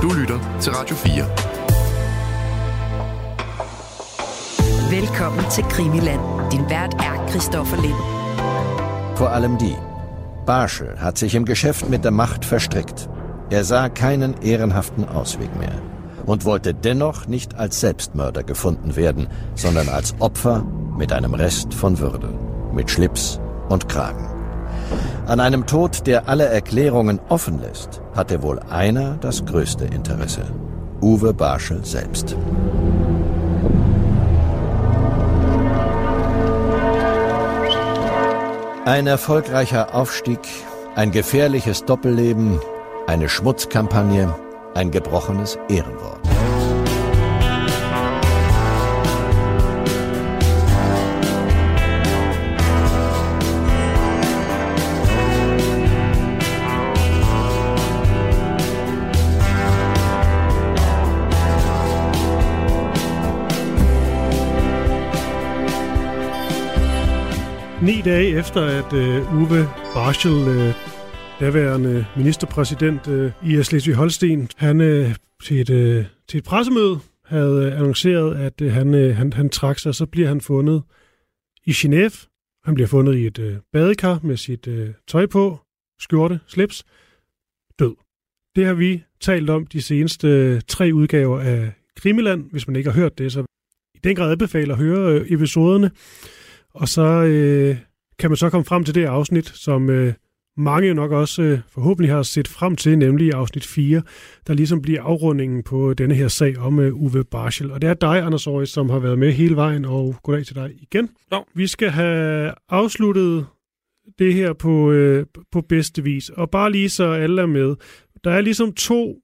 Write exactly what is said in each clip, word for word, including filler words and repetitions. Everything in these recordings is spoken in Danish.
Du lytter til Radio fire. Velkommen til Krimiland. Din vært er Christoffer Lind. Vor allem die. Barschel hat sich im Geschäft mit der Macht verstrickt. Er sah keinen ehrenhaften Ausweg mehr und wollte dennoch nicht als Selbstmörder gefunden werden, sondern als Opfer mit einem Rest von Würde, mit Schlips und Kragen. An einem Tod, der alle Erklärungen offen lässt, hatte wohl einer das größte Interesse: Uwe Barschel selbst. Ein erfolgreicher Aufstieg, ein gefährliches Doppelleben, eine Schmutzkampagne, ein gebrochenes Ehrenwort. Ni dage efter, at uh, Uwe Barschel, uh, daværende ministerpræsident uh, i Slesvig-Holsten, han uh, til, et, uh, til et pressemøde havde uh, annonceret, at uh, han, uh, han, han trak sig, så bliver han fundet i Genève. Han bliver fundet i et uh, badekar med sit uh, tøj på, skjorte, slips, død. Det har vi talt om de seneste uh, tre udgaver af Krimiland. Hvis man ikke har hørt det, så i den grad anbefaler at høre uh, episoderne. Og så øh, kan man så komme frem til det afsnit, som øh, mange nok også øh, forhåbentlig har set frem til, nemlig afsnit fire, der ligesom bliver afrundingen på denne her sag om øh, Uwe Barschel. Og det er dig, Anders Aarhus, som har været med hele vejen, og goddag til dig igen. Ja. Vi skal have afsluttet det her på, øh, på bedste vis, og bare lige så alle er med. Der er ligesom to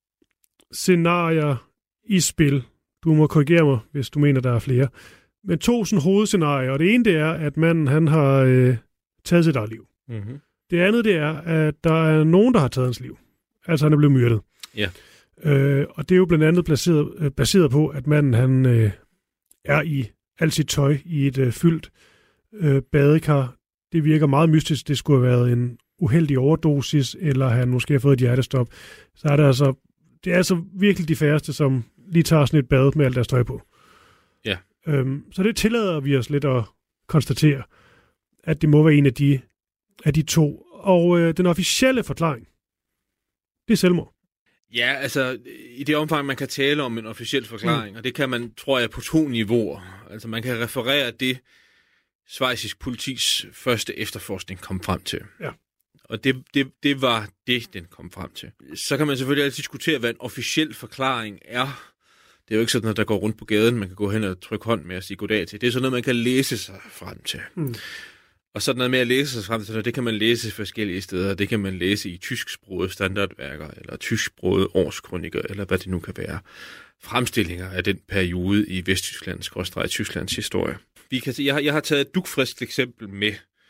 scenarier i spil. Du må korrigere mig, hvis du mener, der er flere. Men to sådan hovedscenarier, og det ene det er, at manden han har øh, taget sit eget liv. Mm-hmm. Det andet det er, at der er nogen, der har taget hans liv. Altså han er blevet myrdet. Ja. Øh, og det er jo blandt andet baseret, øh, baseret på, at manden han øh, er i alt sit tøj i et øh, fyldt øh, badekar. Det virker meget mystisk. Det skulle have været en uheldig overdosis, eller han måske har fået et hjertestop. Så er det altså, det er altså virkelig de færreste, som lige tager sådan et bad med alt deres tøj på. Ja. Øhm, så det tillader vi os lidt at konstatere, at det må være en af de, af de to. Og øh, den officielle forklaring, det er selvmord. Ja, altså i det omfang, man kan tale om en officiel forklaring, mm. og det kan man, tror jeg, på to niveauer. Altså man kan referere det, schweizisk politis første efterforskning kom frem til. Ja. Og det, det, det var det, den kom frem til. Så kan man selvfølgelig altid diskutere, hvad en officiel forklaring er. Det er jo ikke sådan noget, der går rundt på gaden, man kan gå hen og trykke hånd med og sige goddag til. Det er sådan noget, man kan læse sig frem til. Mm. Og sådan noget med at læse sig frem til, det kan man læse forskellige steder. Det kan man læse i tysksprogede standardværker, eller tysksprogede årskroniker, eller hvad det nu kan være. Fremstillinger af den periode i Vesttysklands, skråstreg Tysklands historie. Vi kan se, jeg, har, jeg har taget et dugfrisk eksempel med.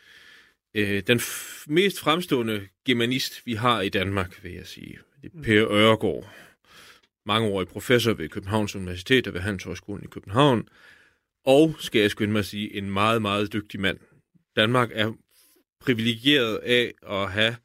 Øh, den f- mest fremstående germanist, vi har i Danmark, vil jeg sige. Det er Per Øregård. Mangeårig professor ved Københavns Universitet og ved Handelshøjskolen i København. Og, skal jeg skynde mig at sige, en meget, meget dygtig mand. Danmark er privilegeret af at have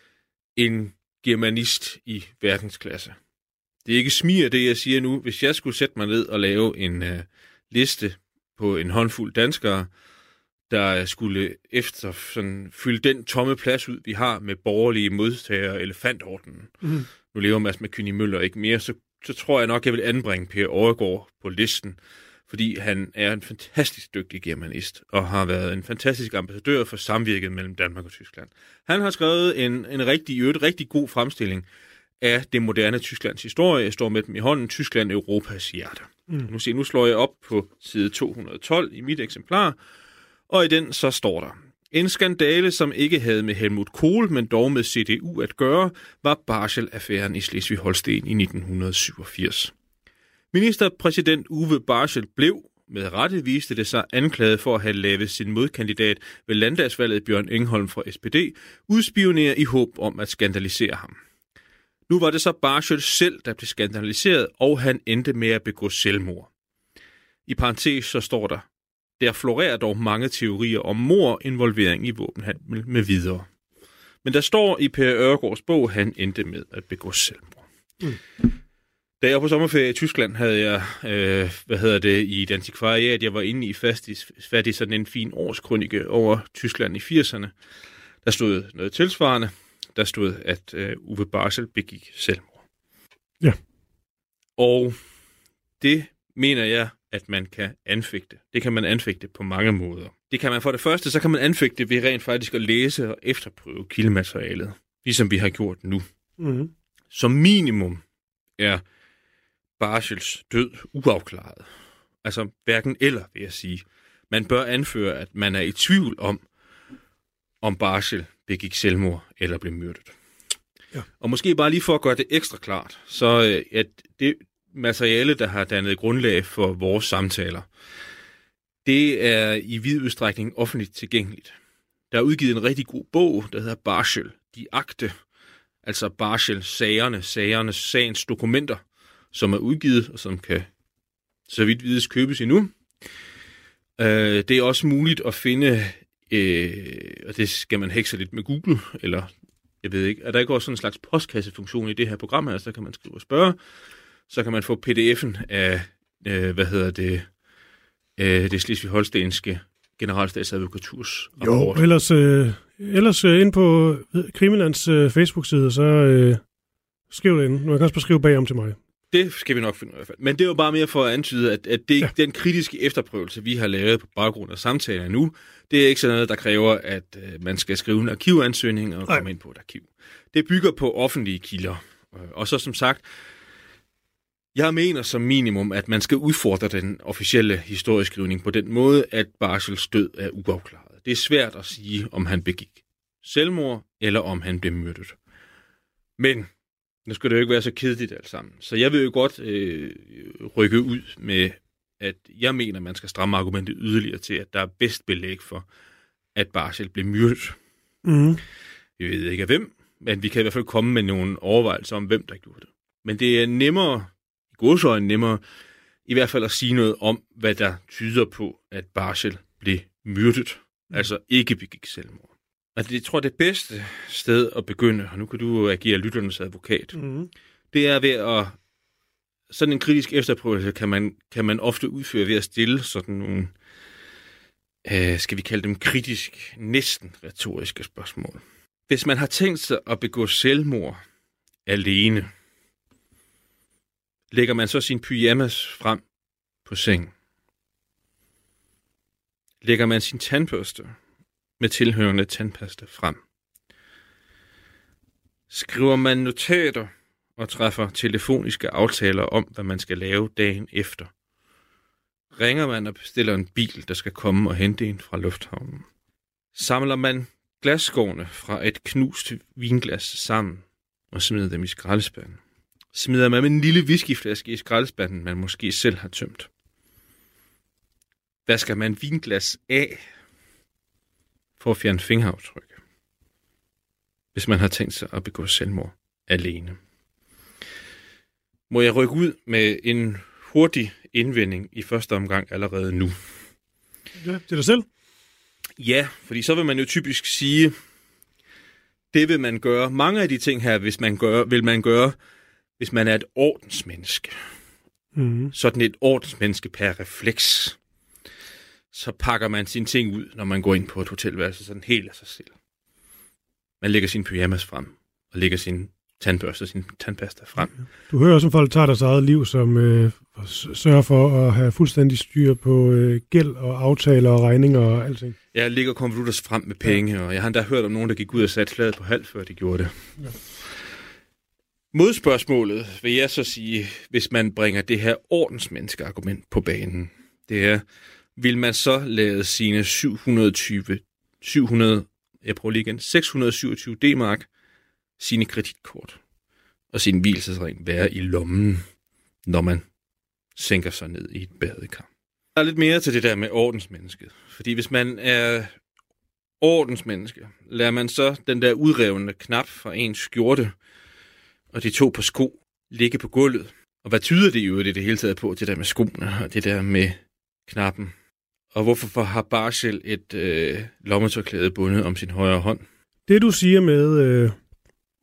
en germanist i verdensklasse. Det er ikke smiger, det jeg siger nu. Hvis jeg skulle sætte mig ned og lave en uh, liste på en håndfuld danskere, der skulle efter sådan, fylde den tomme plads ud, vi har med borgerlige modtagere af elefantordenen. Mm. Nu lever Mads McKinney Møller ikke mere, så, så tror jeg nok, jeg vil anbringe Per Øregård på listen, fordi han er en fantastisk dygtig germanist, og har været en fantastisk ambassadør for samvirket mellem Danmark og Tyskland. Han har skrevet en, en rigtig, en rigtig god fremstilling af det moderne Tysklands historie. Jeg står med dem i hånden. Tyskland, Europas hjerte. Mm. Nu, se, nu slår jeg op på side to hundrede og tolv i mit eksemplar, og i den så står der: en skandale, som ikke havde med Helmut Kohl, men dog med C D U at gøre, var Barschel-affæren i Slesvig-Holsten i nitten syvogfirs. Ministerpræsident Uwe Barschel blev, med rette viste det sig, anklaget for at have lavet sin modkandidat ved landdagsvalget Bjørn Engholm fra S P D, udspionere i håb om at skandalisere ham. Nu var det så Barschel selv, der blev skandaliseret, og han endte med at begå selvmord. I parentes så står der: der florerer dog mange teorier om mord, involvering i våbenhandel med videre. Men der står i Per Øregårds bog, han endte med at begå selvmord. Mm. Da jeg var på sommerferie i Tyskland, havde jeg, øh, hvad hedder det, i et antikvariat, jeg var inde i fast i, fat i sådan en fin årskrønike over Tyskland i firserne. Der stod noget tilsvarende. Der stod, at øh, Uwe Barschel begik selvmord. Ja. Og det mener jeg, at man kan anfægte. Det kan man anfægte på mange måder. Det kan man for det første, så kan man anfægte ved rent faktisk at læse og efterprøve kildematerialet, ligesom vi har gjort nu. Mm-hmm. Som minimum er Barschels død uafklaret. Altså hverken eller, vil jeg sige. Man bør anføre, at man er i tvivl om, om Barschel begik selvmord eller blev myrdet. Ja. Og måske bare lige for at gøre det ekstra klart, så at det materiale, der har dannet grundlag for vores samtaler, det er i vid udstrækning offentligt tilgængeligt. Der er udgivet en rigtig god bog, der hedder Barschel, de akte, altså Barschel-sagerne, sagernes, sagens dokumenter, som er udgivet, og som kan, så vidt vides, købes endnu. Øh, det er også muligt at finde, øh, og det skal man hekse lidt med Google, eller jeg ved ikke, er der ikke også sådan en slags postkassefunktion i det her program her, så kan man skrive og spørge, så kan man få P D F'en af, øh, hvad hedder det, øh, det Slesvig-Holstenske generalstatsadvokaturs rapport. Jo, ellers, øh, ellers øh, ind på Krimilands øh, Facebook-side, så øh, skriv det ind. Nu kan også bare skrive bagom til mig. Det skal vi nok finde i hvert fald. Men det er jo bare mere for at antyde, at, at det, ja. den kritiske efterprøvelse, vi har lavet på baggrund af samtaler nu, det er ikke sådan noget, der kræver, at øh, man skal skrive en arkivansøgning og komme ind på et arkiv. Det bygger på offentlige kilder. Og så som sagt, jeg mener som minimum, at man skal udfordre den officielle historieskrivning på den måde, at Barschels død er uafklaret. Det er svært at sige, om han begik selvmord, eller om han blev myrdet. Men nu skal det jo ikke være så kedeligt alt sammen. Så jeg vil jo godt øh, rykke ud med, at jeg mener, man skal stramme argumentet yderligere til, at der er bedst belæg for, at Barschel blev myrdet. Mm. Jeg ved ikke af hvem, men vi kan i hvert fald komme med nogle overvejelser om, hvem der gjorde det. Men det er nemmere, i godsøjne nemmere, i hvert fald at sige noget om, hvad der tyder på, at Barschel blev myrdet. Mm. Altså ikke begik selvmord. Altså, jeg tror, det bedste sted at begynde, og nu kan du agere lytternes advokat, mm. det er ved at, sådan en kritisk efterprøvelse kan man, kan man ofte udføre ved at stille sådan nogle, øh, skal vi kalde dem kritisk, næsten retoriske spørgsmål. Hvis man har tænkt sig at begå selvmord alene, lægger man så sin pyjamas frem på sengen? Lægger man sin tandbørste med tilhørende tandpasta frem? Skriver man notater og træffer telefoniske aftaler om, hvad man skal lave dagen efter? Ringer man og bestiller en bil, der skal komme og hente en fra lufthavnen? Samler man glasskårene fra et knust vinglas sammen og smider dem i skraldespanden? Smider man med en lille whiskyflaske i skraldespanden, man måske selv har tømt? Vasker man vinglas af for at fjerne fingeraftryk, hvis man har tænkt sig at begå selvmord alene? Må jeg rykke ud med en hurtig indvending i første omgang allerede nu? Ja, til dig selv? Ja, fordi så vil man jo typisk sige, det vil man gøre. Mange af de ting her, hvis man gør, vil man gøre, hvis man er et ordensmenneske. Mm. Sådan et ordensmenneske per refleks. Så pakker man sine ting ud, når man går ind på et hotelværelse, sådan helt af sig selv. Man lægger sin pyjamas frem, og lægger sin tandbørste og sin tandpasta frem. Du hører også om folk tager deres eget liv, som øh, sørger for at have fuldstændig styr på øh, gæld og aftaler og regninger og alting. Jeg lægger konvolutter frem med penge, ja. Og jeg har endda hørt om nogen, der gik ud og satte slaget på halv, før de gjorde det. Ja. Modspørgsmålet vil jeg så sige, hvis man bringer det her ordensmenneske-argument på banen, det er, vil man så lade sine syv hundrede og tyve, syv hundrede, jeg prøver lige igen, seks hundrede og syvogtyve D-mark, sine kreditkort og sin hvilesesring være i lommen, når man sænker sig ned i et badekar. Der er lidt mere til det der med ordensmennesket, fordi hvis man er ordensmenneske, lader man så den der udrevne knap fra ens skjorte og de to på sko ligge på gulvet. Og hvad tyder det jo i det hele taget på, det der med skoene og det der med knappen? Og hvorfor har Barschel et øh, lommetørklæde bundet om sin højre hånd? Det du siger med, øh,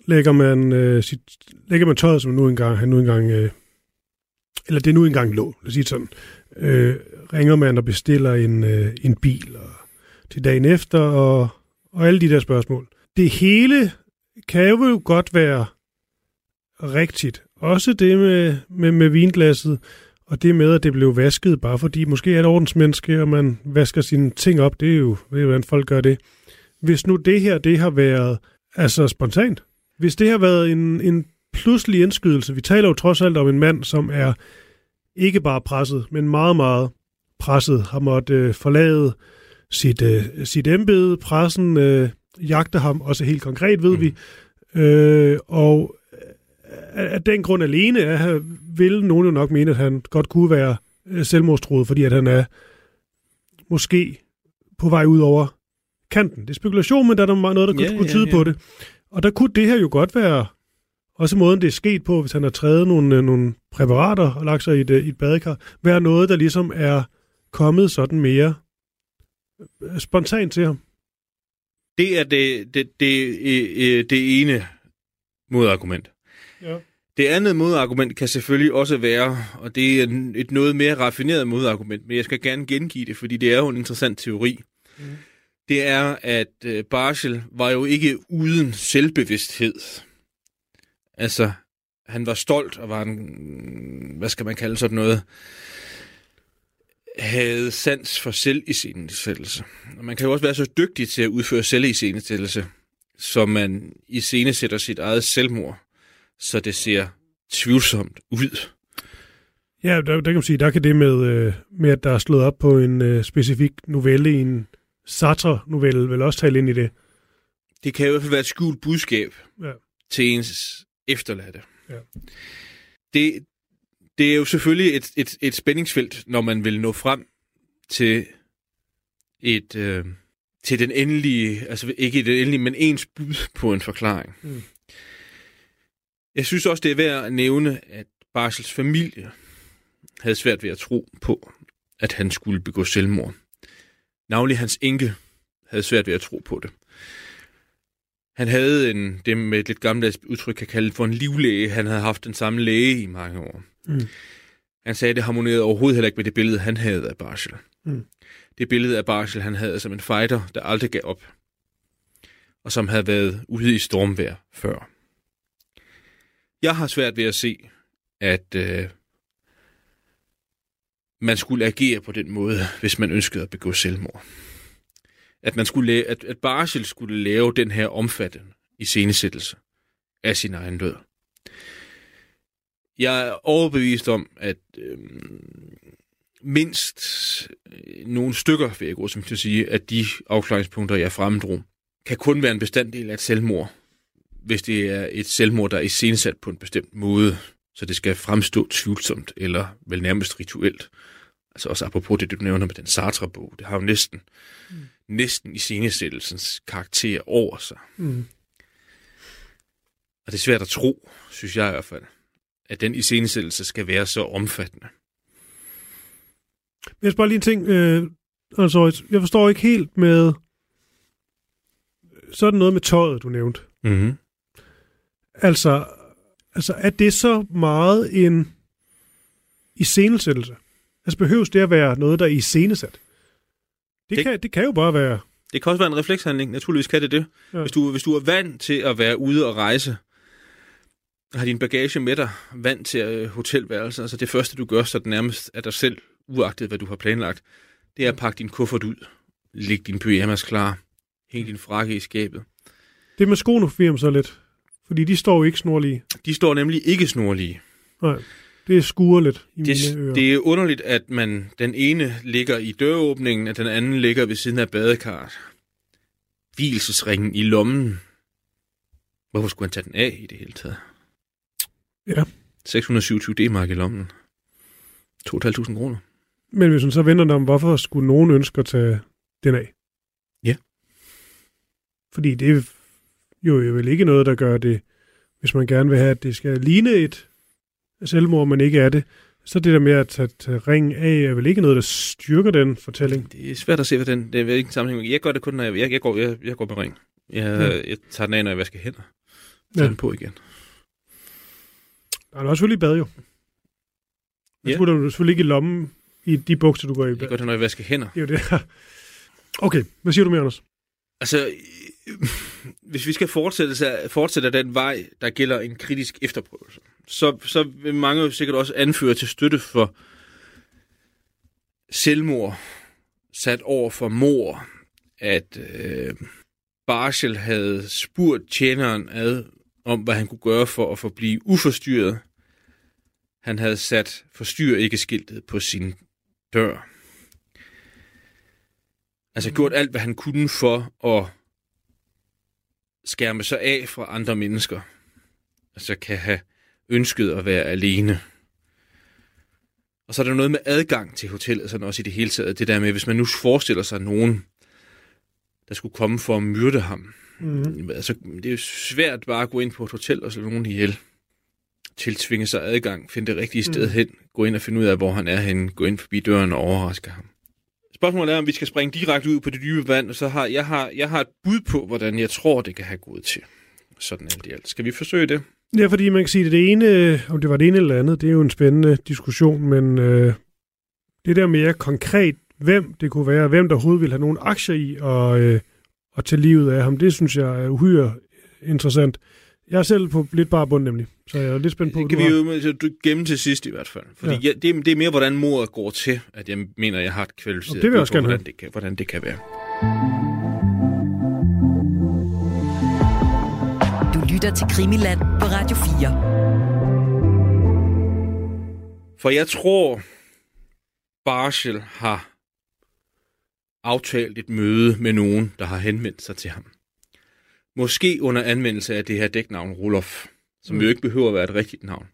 lægger man, øh, sit, lægger man tøjet, som nu engang, han nu engang, øh, eller det nu engang lå, lad os sige sådan, øh, ringer man og bestiller en, øh, en bil og, til dagen efter, og, og alle de der spørgsmål. Det hele kan jo godt være rigtigt. Også det med, med, med vinglasset, og det med, at det blev vasket, bare fordi måske er et ordensmenneske, og man vasker sine ting op. Det er jo, det er jo hvordan folk gør det. Hvis nu det her, det har været altså spontant. Hvis det har været en, en pludselig indskydelse. Vi taler jo trods alt om en mand, som er ikke bare presset, men meget, meget presset. Har måttet øh, forlade sit, øh, sit embede. Pressen øh, jagter ham, også helt konkret, ved mm. vi. Øh, og af den grund alene er, vil nogen jo nok mene, at han godt kunne være selvmordstruet, fordi at han er måske på vej ud over kanten. Det er spekulation, men der er noget, der kunne, yeah, kunne tyde yeah, yeah. på det. Og der kunne det her jo godt være også måden, det er sket på, hvis han har trædet nogle, nogle præparater og lagt sig i et, i et badekar, være noget, der ligesom er kommet sådan mere spontant til ham. Det er det, det, det, det ene modargument. Ja. Det andet modargument kan selvfølgelig også være, og det er et noget mere raffineret modargument, men jeg skal gerne gengive det, fordi det er jo en interessant teori. Mm. Det er, at uh, Barschel var jo ikke uden selvbevidsthed. Altså, han var stolt og var en, hvad skal man kalde sådan noget, havde sans for selviscenesættelse. Og man kan jo også være så dygtig til at udføre selviscenesættelse, så man iscenesætter sit eget selvmord, så det ser tvivlsomt ud. Ja, der, der kan man sige, der kan det med, øh, med at der er slået op på en øh, specifik novelle i en Sartre-novelle, vel også tale ind i det. Det kan i hvert fald være et skjult budskab ja. til ens efterladte. Ja. Det, det er jo selvfølgelig et, et, et spændingsfelt, når man vil nå frem til et øh, til den endelige, altså ikke den endelige, men ens bud på en forklaring. Mm. Jeg synes også, det er værd at nævne, at Barschels familie havde svært ved at tro på, at han skulle begå selvmord. Navnlig hans enke havde svært ved at tro på det. Han havde en, det med et lidt gammeldags udtryk kan kalde for en livlæge. Han havde haft den samme læge i mange år. Mm. Han sagde, at det harmonerede overhovedet heller ikke med det billede, han havde af Barschel. Mm. Det billede af Barschel, han havde som en fighter, der aldrig gav op. Og som havde været ude i stormvejr før. Jeg har svært ved at se, at øh, man skulle agere på den måde, hvis man ønskede at begå selvmord. At man skulle lave, at, at Barschel skulle lave den her omfattende iscenesættelse af sin egen død. Jeg er overbevist om, at øh, mindst øh, nogle stykker, vil jeg gå som til at sige, at de afklaringspunkter, jeg fremdrog, kan kun være en bestanddel af et selvmord, hvis det er et selvmord, der er iscenesat på en bestemt måde, så det skal fremstå tvivlsomt, eller vel nærmest rituelt. Altså også apropos det, du nævner med den Sartre-bog, det har jo næsten, mm. næsten iscenesættelsens karakter over sig. Mm. Og det er svært at tro, synes jeg i hvert fald, at den iscenesættelse skal være så omfattende. Jeg skal bare lige en ting, øh, altså, jeg forstår ikke helt med sådan noget med tøjet, du nævnte. Mm-hmm. Altså, altså, er det så meget en iscenesættelse? Altså, behøves det at være noget, der er iscenesat? Det, det, kan, det kan jo bare være... Det kan også være en reflekshandling. Naturligvis kan det det. Ja. Hvis, du, hvis du er vant til at være ude og rejse, og har din bagage med dig, vant til uh, hotelværelser, altså det første, du gør, så det nærmest er dig selv, uagtet hvad du har planlagt, det er at pakke din kuffert ud, lægge din pyjamas klar, hænge din frakke i skabet. Det med skoene forvirrer så lidt, fordi de står jo ikke snorlige. De står nemlig ikke snorlige. Nej, det skuer lidt i det, mine ører. Det er underligt, at man den ene ligger i døråbningen, at den anden ligger ved siden af badekarret. Vielsesringen i lommen. Hvorfor skulle han tage den af i det hele taget? Ja. seks hundrede og syvogtyve D-mark i lommen. to tusind fem hundrede kroner. Men hvis man så vender om, hvorfor skulle nogen ønske at tage den af? Ja. Fordi det er jo vel ikke noget, der gør det, hvis man gerne vil have, at det skal ligne et selvmord, men ikke er det. Så det der med at tage, tage ringen af, er vel ikke noget, der styrker den fortælling? Det er svært at se, hvad den... Det er ikke en sammenhæng. Jeg gør det kun, når jeg, jeg, jeg, går, jeg, jeg går med ring. Jeg, ja. jeg tager den af, når jeg vasker hænder. ja. Den på igen. Der er også selvfølgelig i bad, jo. Jeg ja. Skulle du selvfølgelig ikke i lommen i de bukser, du går i. Det er godt, når jeg vasker hænder. Det er jo det her. Okay, hvad siger du mere, Anders? Altså, hvis vi skal fortsætte, fortsætte den vej, der gælder en kritisk efterprøvelse, så, så vil mange jo sikkert også anføre til støtte for selvmord sat over for mord, at øh, Barschel havde spurgt tjeneren ad om, hvad han kunne gøre for at forblive uforstyrret. Han havde sat forstyr ikke skiltet på sin dør. Altså gjort alt, hvad han kunne for at skærme sig af fra andre mennesker. Altså kan have ønsket at være alene. Og så er der noget med adgang til hotellet, sådan også i det hele taget. Det der med, hvis man nu forestiller sig nogen, der skulle komme for at myrde ham. Mm-hmm. Altså, det er jo svært bare at gå ind på et hotel og slå nogen ihjel. Tiltvinge sig adgang, finde det rigtige sted mm. hen, gå ind og finde ud af, hvor han er henne, gå ind forbi døren og overraske ham. Spørgsmålet er, om vi skal springe direkte ud på det dybe vand, og så har jeg, har, jeg har et bud på, hvordan jeg tror, det kan have gået til. Sådan alt i alt. Skal vi forsøge det? Ja, fordi man kan sige, at det ene, om det var det ene eller andet, det er jo en spændende diskussion, men øh, det der mere konkret, hvem det kunne være, hvem der overhovedet ville have nogle aktier i og, øh, og tage livet af ham, det synes jeg er uhyre interessant. Jeg er selv på lidt bare bund nemlig, så jeg er lidt spændt på, det kan vi jo gemme til sidst i hvert fald. Fordi ja. jeg, det, er, det er mere, hvordan mordet går til, at jeg mener, at jeg har et kvalificeret det vil jeg også på, gerne hvordan, det kan, hvordan det kan være. Du lytter til Krimiland på Radio fire. For jeg tror, Barschel har aftalt et møde med nogen, der har henvendt sig til ham. Måske under anvendelse af det her dæknavn Roloff, som mm. jo ikke behøver at være et rigtigt navn.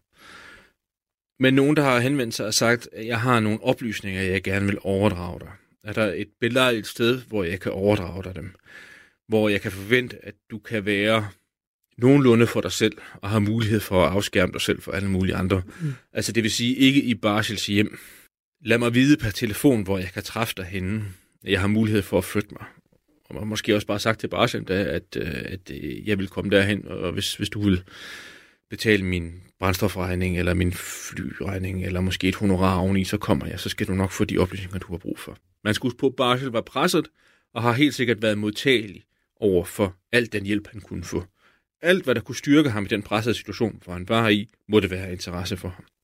Men nogen, der har henvendt sig og sagt, at jeg har nogle oplysninger, jeg gerne vil overdrage dig. Er der et belejligt sted, hvor jeg kan overdrage dig dem? Hvor jeg kan forvente, at du kan være nogenlunde for dig selv, og har mulighed for at afskærme dig selv for alle mulige andre. Mm. Altså det vil sige, ikke i Barschels hjem. Lad mig vide per telefon, hvor jeg kan træffe dig henne. Jeg har mulighed for at flytte mig. Og man måske også bare sagt til Barschel, at, at jeg vil komme derhen, og hvis, hvis du vil betale min brændstofregning, eller min flyregning, eller måske et honorar oveni, så kommer jeg, så skal du nok få de oplysninger, du har brug for. Man skulle huske på, at Barschel var presset, og har helt sikkert været modtagelig over for alt den hjælp, han kunne få. Alt, hvad der kunne styrke ham i den pressede situation, hvor han var i, må det være interesse for ham.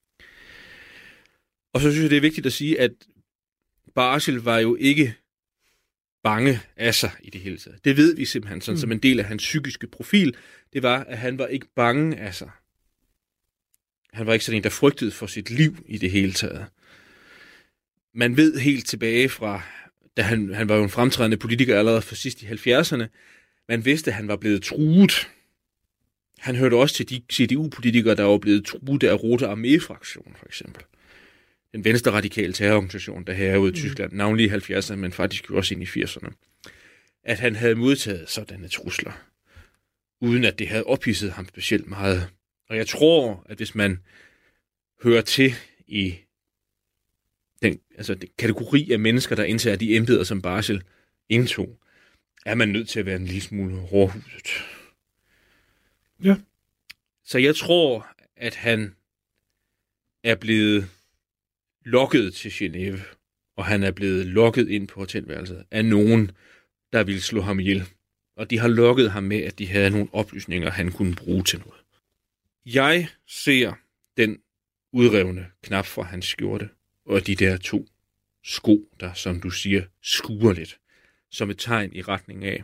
Og så synes jeg, det er vigtigt at sige, at Barschel var jo ikke bange af sig i det hele taget. Det ved vi simpelthen, sådan, mm. som en del af hans psykiske profil, det var, at han var ikke bange af sig. Han var ikke sådan en, der frygtede for sit liv i det hele taget. Man ved helt tilbage fra, da han, han var jo en fremtrædende politiker allerede for sidst i halvfjerdserne, man vidste, at han var blevet truet. Han hørte også til de C D U-politikere, der var blevet truet af Rote Armee-fraktionen, for eksempel. Den venstre radikale terrororganisation, der her ude i Tyskland, navnlig i halvfjerdserne, men faktisk også ind i firserne. At han havde modtaget sådanne trusler, uden at det havde ophidset ham specielt meget. Og jeg tror, at hvis man hører til i den, altså den kategori af mennesker, der indtager de embeder, som Barschel indtog, er man nødt til at være en lille smule hårdhudet. Ja. Så jeg tror, at han er blevet lokket til Genève, og han er blevet lokket ind på hotelværelset af nogen, der ville slå ham ihjel. Og de har lokket ham med, at de havde nogle oplysninger, han kunne bruge til noget. Jeg ser den udrevne knap fra hans skjorte, og de der to sko, der, som du siger, skuer lidt, som et tegn i retning af,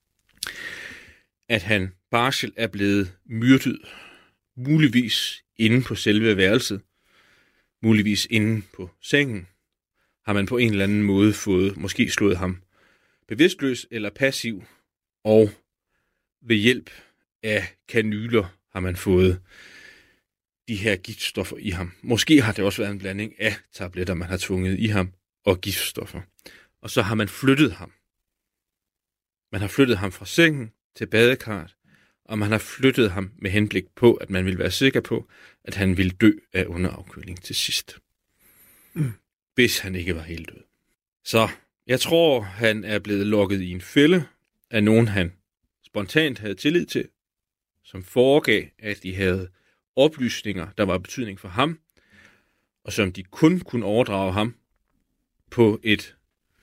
at han, Barschel, er blevet myrdet, muligvis inde på selve værelset, muligvis inde på sengen, har man på en eller anden måde fået, måske slået ham bevidstløs eller passiv, og ved hjælp af kanyler har man fået de her giftstoffer i ham. Måske har det også været en blanding af tabletter, man har tvunget i ham, og giftstoffer. Og så har man flyttet ham. Man har flyttet ham fra sengen til badekarret, og man har flyttet ham med henblik på, at man vil være sikker på, at han ville dø af underafkøling til sidst. Mm. Hvis han ikke var helt død. Så jeg tror, han er blevet lokket i en fælde af nogen, han spontant havde tillid til, som foregav, at de havde oplysninger, der var af betydning for ham, og som de kun kunne overdrage ham på et,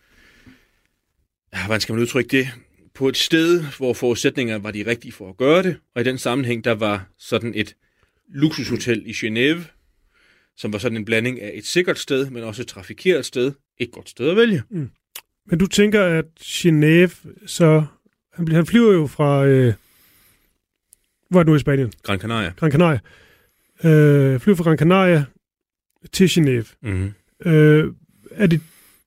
hvordan skal man udtrykke det, på et sted, hvor forudsætningerne var de rigtige for at gøre det, og i den sammenhæng, der var sådan et luksushotel i Genève, som var sådan en blanding af et sikkert sted, men også et trafikeret sted. Et godt sted at vælge. Mm. Men du tænker, at Genève, så han, han flyver jo fra, øh, hvor er det nu i Spanien? Gran Canaria. Gran Canaria. Øh, flyver fra Gran Canaria til Genève. Mm-hmm. Øh, er det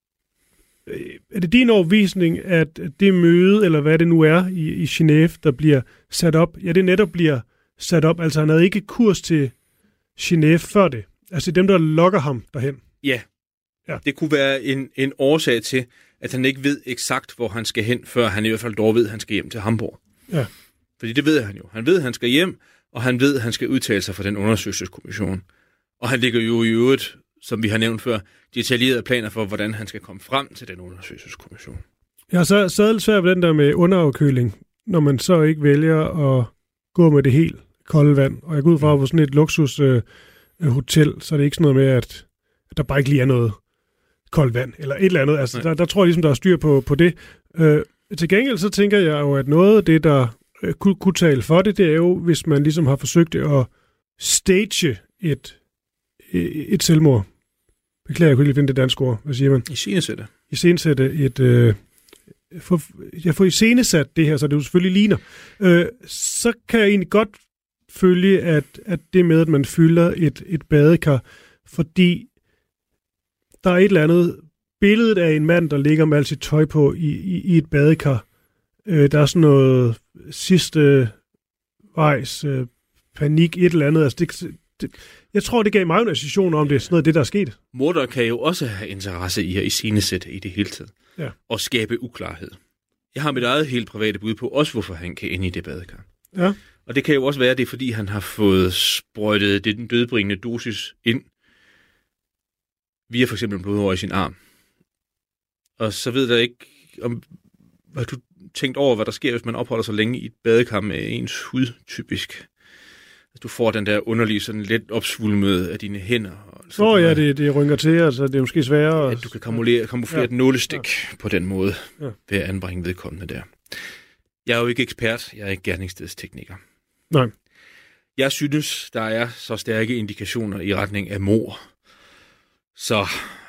er det din overbevisning, at det møde, eller hvad det nu er i, i Genève, der bliver sat op, ja, det netop bliver sat op, altså han havde ikke kurs til Genève før det. Altså dem, der lokker ham derhen. Ja, ja. Det kunne være en, en årsag til, at han ikke ved eksakt, hvor han skal hen, før han i hvert fald dog ved, at han skal hjem til Hamburg. Ja. Fordi det ved han jo. Han ved, at han skal hjem, og han ved, at han skal udtale sig for den undersøgelseskommission. Og han ligger jo i øvrigt, som vi har nævnt før, detaljerede planer for, hvordan han skal komme frem til den undersøgelseskommission. Jeg har så sadelt svært ved den der med underafkøling, når man så ikke vælger at gå med det helt kolde vand. Og jeg går ud fra på sådan et luksus øh, hotel, så er det ikke sådan noget med, at, at der bare ikke lige er noget koldt vand, eller et eller andet. Altså, der, der tror jeg ligesom, der er styr på, på det. Øh, til gengæld så tænker jeg jo, at noget af det, der øh, kunne, kunne tale for det, det er jo, hvis man ligesom har forsøgt at stage et, et selvmord. Beklager, jeg kunne lige finde det danske ord. Hvad siger man? Iscenesætte. Iscenesætte et... Øh, for, jeg får iscenesat det her, så det jo selvfølgelig ligner. Øh, så kan jeg egentlig godt følge, at, at det med, at man fylder et, et badekar, fordi der er et eller andet billedet af en mand, der ligger med alt sit tøj på i, i, i et badekar. Øh, der er sådan noget sidste vejs øh, panik, et eller andet. Altså det, det, jeg tror, det gav mig en association om det, sådan noget af det, der er sket. Mordere kan jo også have interesse i at iscenesætte i det hele taget. Ja. Og skabe uklarhed. Jeg har mit eget helt private bud på, også hvorfor han kan ind i det badekar. Ja. Og det kan jo også være, det er, fordi han har fået sprøjtet den dødbringende dosis ind via for eksempel blodår i sin arm. Og så ved jeg ikke, om har du tænkt over, hvad der sker, hvis man opholder sig længe i et badekar med ens hud, typisk. At du får den der underlige, sådan lidt opsvulmede af dine hænder. Åh oh, ja, det, det rynker til, altså det er måske sværere. At du kan kamuflere, kamuflere ja. et nålestik ja. på den måde, ja. ved at anbringe vedkommende der. Jeg er jo ikke ekspert, jeg er ikke gerningsstedstekniker. Nej. Jeg synes, der er så stærke indikationer i retning af mord, så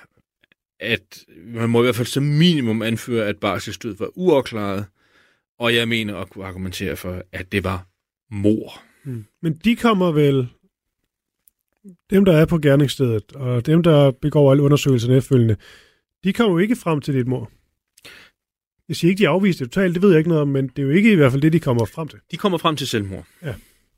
at man må i hvert fald som minimum anføre, at barselsdød var uafklaret, og jeg mener at kunne argumentere for, at det var mord. Hmm. Men de kommer vel, dem der er på gerningsstedet, og dem der begår alle undersøgelserne efterfølgende, de kommer jo ikke frem til det mord. Jeg siger ikke, de afviste det totalt, det ved jeg ikke noget om, men det er jo ikke i hvert fald det, de kommer frem til. De kommer frem til selvmord. Ja.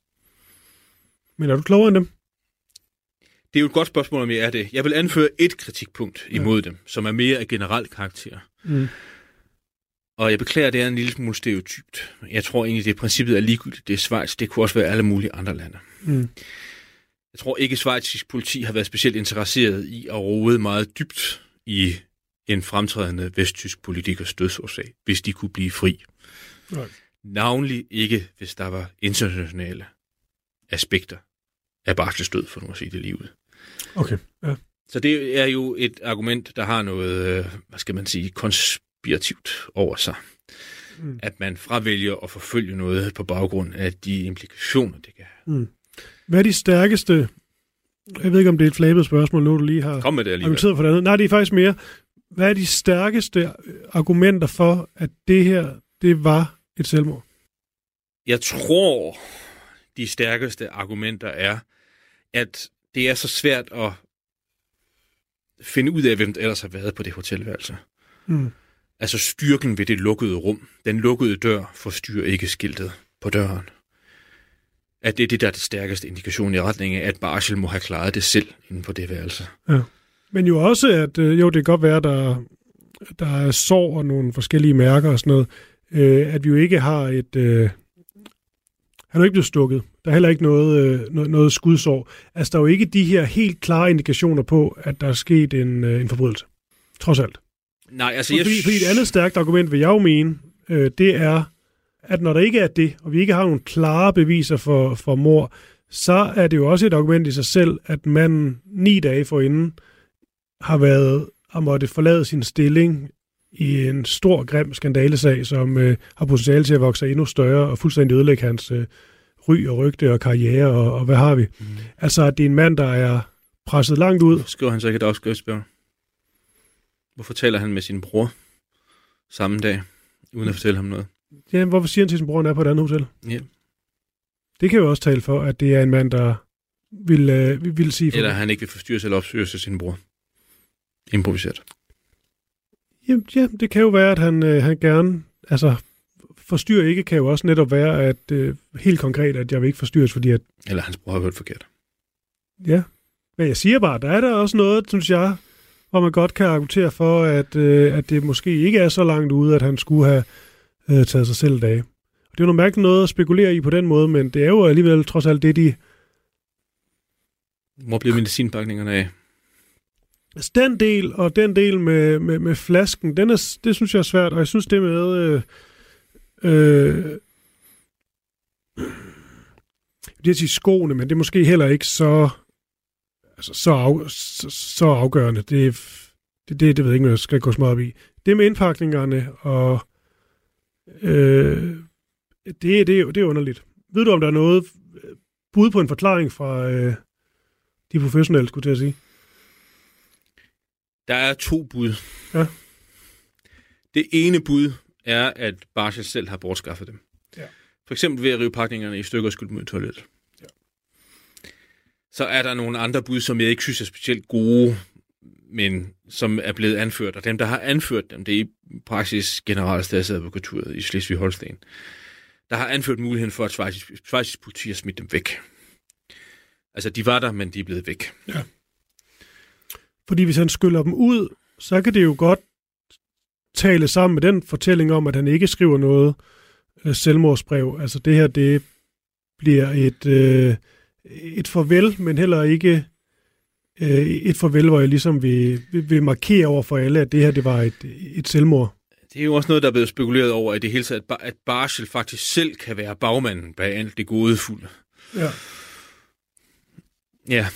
Men er du klogere end dem? Det er jo et godt spørgsmål, om jeg er det. Jeg vil anføre et kritikpunkt imod ja. dem, som er mere af generel karakter. Mm. Og jeg beklager, det er en lille smule stereotypt. Jeg tror egentlig, det princippet er ligegyldigt. Det er Schweiz. Det kunne også være alle mulige andre lande. Mm. Jeg tror ikke, at schweizisk politi har været specielt interesseret i at rode meget dybt i en fremtrædende vesttysk politikers dødsårsag, hvis de kunne blive fri. Nej. Navnlig ikke, hvis der var internationale aspekter af barselsdød, for nu at sige det lige ud. Okay, ja. Så det er jo et argument, der har noget, hvad skal man sige, konspirativt over sig. Mm. At man fravælger at forfølge noget på baggrund af de implikationer, det kan have. Mm. Hvad er de stærkeste, jeg ved ikke, om det er et flabet spørgsmål, nu du lige har Kom med det argumenteret for det andet. Nej, det er faktisk mere, hvad er de stærkeste argumenter for, at det her, det var et selvmord? Jeg tror, de stærkeste argumenter er, at det er så svært at finde ud af, hvem der ellers har været på det hotelværelse. Mm. Altså styrken ved det lukkede rum. Den lukkede dør forstyrrer ikke skiltet på døren. At det er det, der er det stærkeste indikation i retning af, at Barschel må have klaret det selv inden på det værelse. Ja. Men jo også, at jo, det kan godt være, at der, der er sår og nogle forskellige mærker og sådan noget, øh, at vi jo ikke har et... Øh, han er jo ikke blevet stukket. Der er heller ikke noget, øh, noget, noget skudsår. Altså, der er jo ikke de her helt klare indikationer på, at der er sket en, øh, en forbrydelse. Trods alt. Nej, altså... Fordi, jeg... fordi et andet stærkt argument, vil jeg jo mene, øh, det er, at når der ikke er det, og vi ikke har nogle klare beviser for, for mord, så er det jo også et argument i sig selv, at manden ni dage forinden har været har måtte forlade sin stilling i en stor, grim skandalesag, som øh, har potentiale til at vokse sig endnu større og fuldstændig ødelægge hans øh, ry og rygte og karriere, og, og hvad har vi? Mm. Altså, at det er en mand, der er presset langt ud. Skriver han så ikke et afskriftsbrev? Hvorfor taler han med sin bror samme dag, uden at fortælle ham noget? Ja, hvorfor siger han til sin bror, han er på et andet hotel? Ja. Det kan jo også tale for, at det er en mand, der vil, øh, vil sige... For eller han ikke vil forstyrres eller opstyres af sin bror. Improviseret. Ja, ja, det kan jo være, at han, øh, han gerne... Altså, forstyrre ikke kan jo også netop være, at øh, helt konkret, at jeg vil ikke forstyrres, fordi at... Eller hans bror har hørt forkert. Ja, men jeg siger bare, der er der også noget, synes jeg, hvor man godt kan argumentere for, at, øh, at det måske ikke er så langt ude, at han skulle have øh, taget sig selv af. Det er jo noget mærkeligt noget at spekulere i på den måde, men det er jo alligevel trods alt det, de... Hvor bliver medicinpakningerne af? Altså, den del, og den del med, med, med flasken, den er, det synes jeg er svært, og jeg synes det med... Øh, øh, det er til skoene, men det er måske heller ikke så, altså, så, af, så, så afgørende. Det, det, det, det ved jeg ikke, hvad jeg skal gå så meget op i. Det med indpakningerne, og... Øh, Det, det, er, det er underligt. Ved du, om der er noget bud på en forklaring fra øh, de professionelle, skulle jeg sige? Der er to bud. Ja. Det ene bud er, at Barsel selv har bortskaffet dem. Ja. For eksempel ved at rive pakningerne i stykker og skylde dem ud i toilettet. Ja. Så er der nogle andre bud, som jeg ikke synes er specielt gode, men som er blevet anført. Og dem, der har anført dem, det er i praksis generalstatsadvokaturet i Slesvig-Holsten, der har anført muligheden for, at schweizisk politi har smidt dem væk. Altså, de var der, men de er blevet væk. Ja. Fordi hvis han skyller dem ud, så kan det jo godt tale sammen med den fortælling om, at han ikke skriver noget øh, selvmordsbrev. Altså, det her, det bliver et, øh, et farvel, men heller ikke øh, et farvel, hvor jeg ligesom vil, vil, vil markere over for alle, at det her, det var et, et selvmord. Det er jo også noget, der er blevet spekuleret over i det hele taget, at Barsel faktisk selv kan være bagmanden bag alt det gådefulde. Ja. Ja.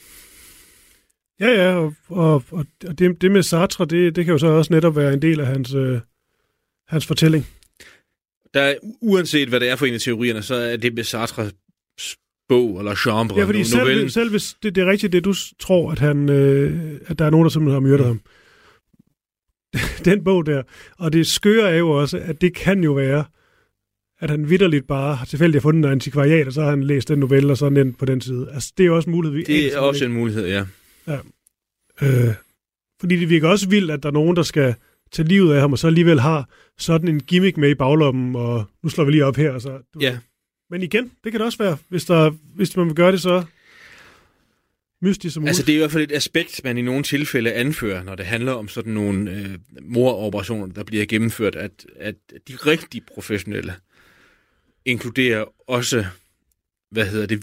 Ja, ja, og, og, og det, det med Sartre, det, det kan jo så også netop være en del af hans, øh, hans fortælling. Der er, uanset hvad det er for en af teorierne, så er det med Sartres bog eller genre. Ja, fordi selv, selv hvis det, det er rigtigt, det du tror, at, han, øh, at der er nogen, der simpelthen har myrdet mm. ham. Den bog der. Og det skøre er jo også, at det kan jo være, at han vitterligt bare har tilfældigt fundet en antikvariat, og så har han læst den novelle, og så den på den side. Altså, det er jo også en mulighed. Vi det er også ikke. En mulighed, ja. ja. Øh, fordi det virker også vildt, at der er nogen, der skal tage livet af ham, og så alligevel har sådan en gimmick med i baglommen, og nu slår vi lige op her. Og så, du, ja. Men igen, det kan det også være, hvis, der, hvis man vil gøre det så mystisk som muligt. Altså, det er i hvert fald et aspekt, man i nogle tilfælde anfører, når det handler om sådan nogle øh, moroperationer, der bliver gennemført, at, at de rigtig professionelle inkluderer også, hvad hedder det,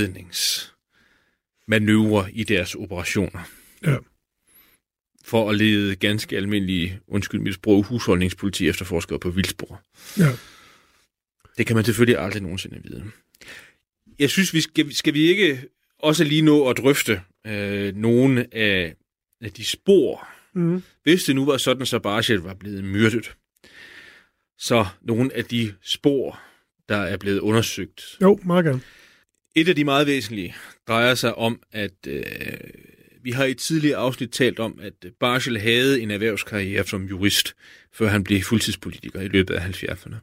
vildledningsmanøvrer i deres operationer. Ja. For at lede ganske almindelige, undskyld mit sprog, husholdningspoliti efterforskere på vildspor. Ja. Det kan man selvfølgelig aldrig nogensinde vide. Jeg synes, vi skal, skal vi ikke også lige nå at drøfte øh, nogle af, af de spor. Mm. Hvis det nu var sådan, så Barsel var blevet myrdet, så nogle af de spor, der er blevet undersøgt. Jo, meget gerne. Et af de meget væsentlige drejer sig om, at øh, vi har i et tidligere afsnit talt om, at Barsel havde en erhvervskarriere som jurist, før han blev fuldtidspolitiker i løbet af halvfjerdserne.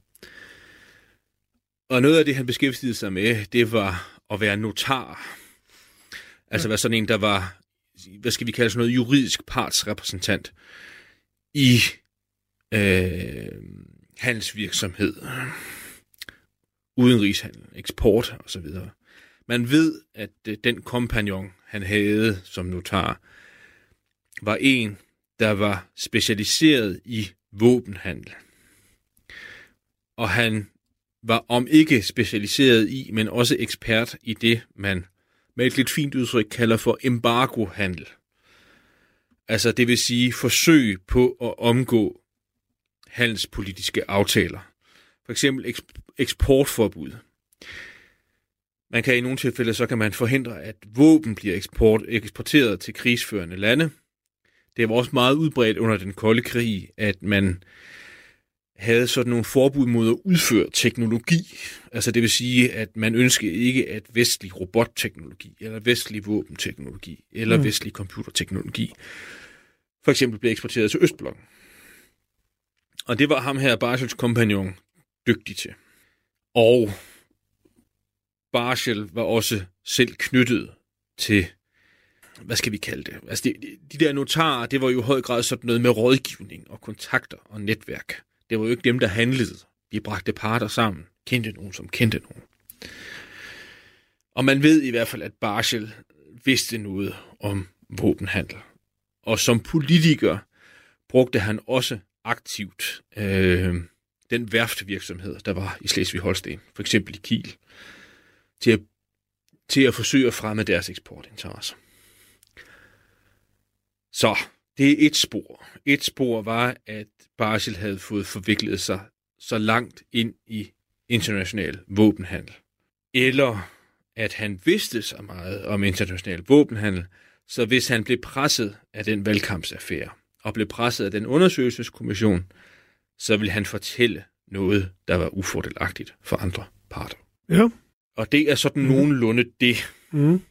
Og noget af det, han beskæftigede sig med, det var at være notar. Altså være sådan en, der var, hvad skal vi kalde sådan noget, juridisk partsrepræsentant i øh, handelsvirksomhed, udenrigshandel, eksport osv. Man ved, at øh, den kompagnon, han havde som notar, var en, der var specialiseret i våbenhandel. Og han var om ikke specialiseret i, men også ekspert i det, man med et lidt fint udtryk kalder for embargohandel. Altså det vil sige forsøg på at omgå handelspolitiske aftaler For eksempel eks- eksportforbud. Man kan i nogle tilfælde, så kan man forhindre, at våben bliver eksport, eksporteret til krigsførende lande. Det var også meget udbredt under den kolde krig, at man havde sådan nogle forbud mod at udføre teknologi. Altså det vil sige, at man ønskede ikke, at vestlig robotteknologi, eller vestlig våbenteknologi, eller mm. vestlig computerteknologi, for eksempel blev eksporteret til Østblokken. Og det var ham her, Barschels kompagnon, dygtig til. Og Barschel var også selv knyttet til, hvad skal vi kalde det? Altså de, de der notarer, det var jo i høj grad sådan noget med rådgivning og kontakter og netværk. Det var jo ikke dem, der handlede. De bragte parter sammen. Kendte nogen, som kendte nogen. Og man ved i hvert fald, at Barschel vidste noget om våbenhandel. Og som politiker brugte han også aktivt øh, den værftvirksomhed, der var i Slesvig-Holsten, for eksempel i Kiel, til at, til at forsøge at fremme deres eksportinteresser. Så det er et spor. Et spor var, at Barschel havde fået forviklet sig så langt ind i international våbenhandel. Eller at han vidste så meget om international våbenhandel, så hvis han blev presset af den valgkampsaffære og blev presset af den undersøgelseskommission, så ville han fortælle noget, der var ufordelagtigt for andre parter. Ja. Og det er sådan mm. nogenlunde det. Mm.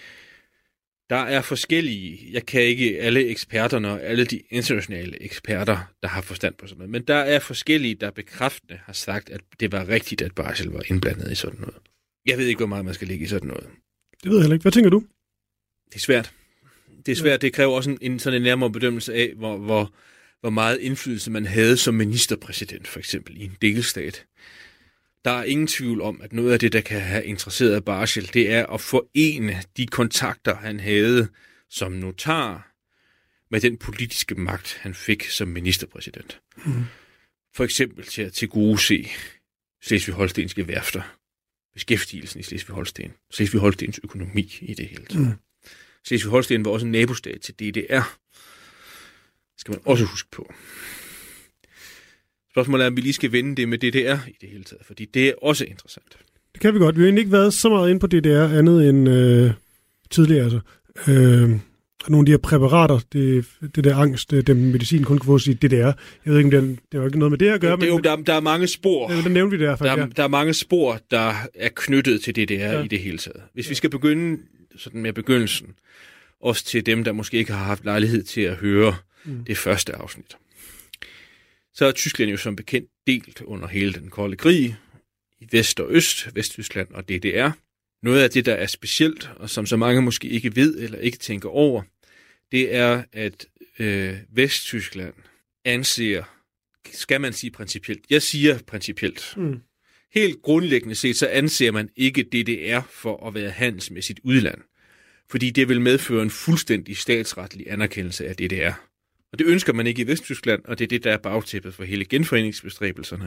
Der er forskellige, jeg kan ikke alle eksperterne og alle de internationale eksperter, der har forstand på sådan noget, men der er forskellige, der bekræftende har sagt, at det var rigtigt, at Barschel var indblandet i sådan noget. Jeg ved ikke, hvor meget man skal ligge i sådan noget. Det ved jeg heller ikke. Hvad tænker du? Det er svært. Det er svært. Det kræver også en, en sådan en nærmere bedømmelse af, hvor, hvor, hvor meget indflydelse man havde som ministerpræsident, for eksempel, i en delstat. Der er ingen tvivl om, at noget af det, der kan have interesseret Barschel, det er at forene de kontakter, han havde som notar, med den politiske magt, han fik som ministerpræsident. Mm. For eksempel til at tilgodese Slesvig-Holstenske værfter, beskæftigelsen i Slesvig-Holsten, Slesvig-Holstens økonomi i det hele taget. Mm. Slesvig-Holsten var også en nabostat til D D R. Det skal man også huske på. Spørgsmålet er, om vi lige skal vende det med D D R i det hele taget, fordi det er også interessant. Det kan vi godt. Vi har egentlig ikke været så meget inde på D D R, andet end øh, tidligere. Altså. Øh, nogle af de her præparater, det, det der angst, det medicin kun kan få sig D D R. Jeg ved ikke, om det, det har ikke noget med det at gøre. Det er jo, men, der, der er mange spor. Ja, det nævnte vi der, der, ja. der er mange spor, der er knyttet til D D R ja. i det hele taget. Hvis ja. vi skal begynde sådan med begyndelsen, også til dem, der måske ikke har haft lejlighed til at høre mm. det første afsnit, så er Tyskland jo som bekendt delt under hele den kolde krig i vest og øst, Vesttyskland og D D R. Noget af det, der er specielt, og som så mange måske ikke ved eller ikke tænker over, det er, at øh, Vesttyskland anser, skal man sige principielt, jeg siger principielt, mm. helt grundlæggende set, så anser man ikke D D R for at være handelsmæssigt udland, fordi det vil medføre en fuldstændig statsretlig anerkendelse af D D R. Og det ønsker man ikke i Vesttyskland, og det er det, der er bagtæppet for hele genforeningsbestræbelserne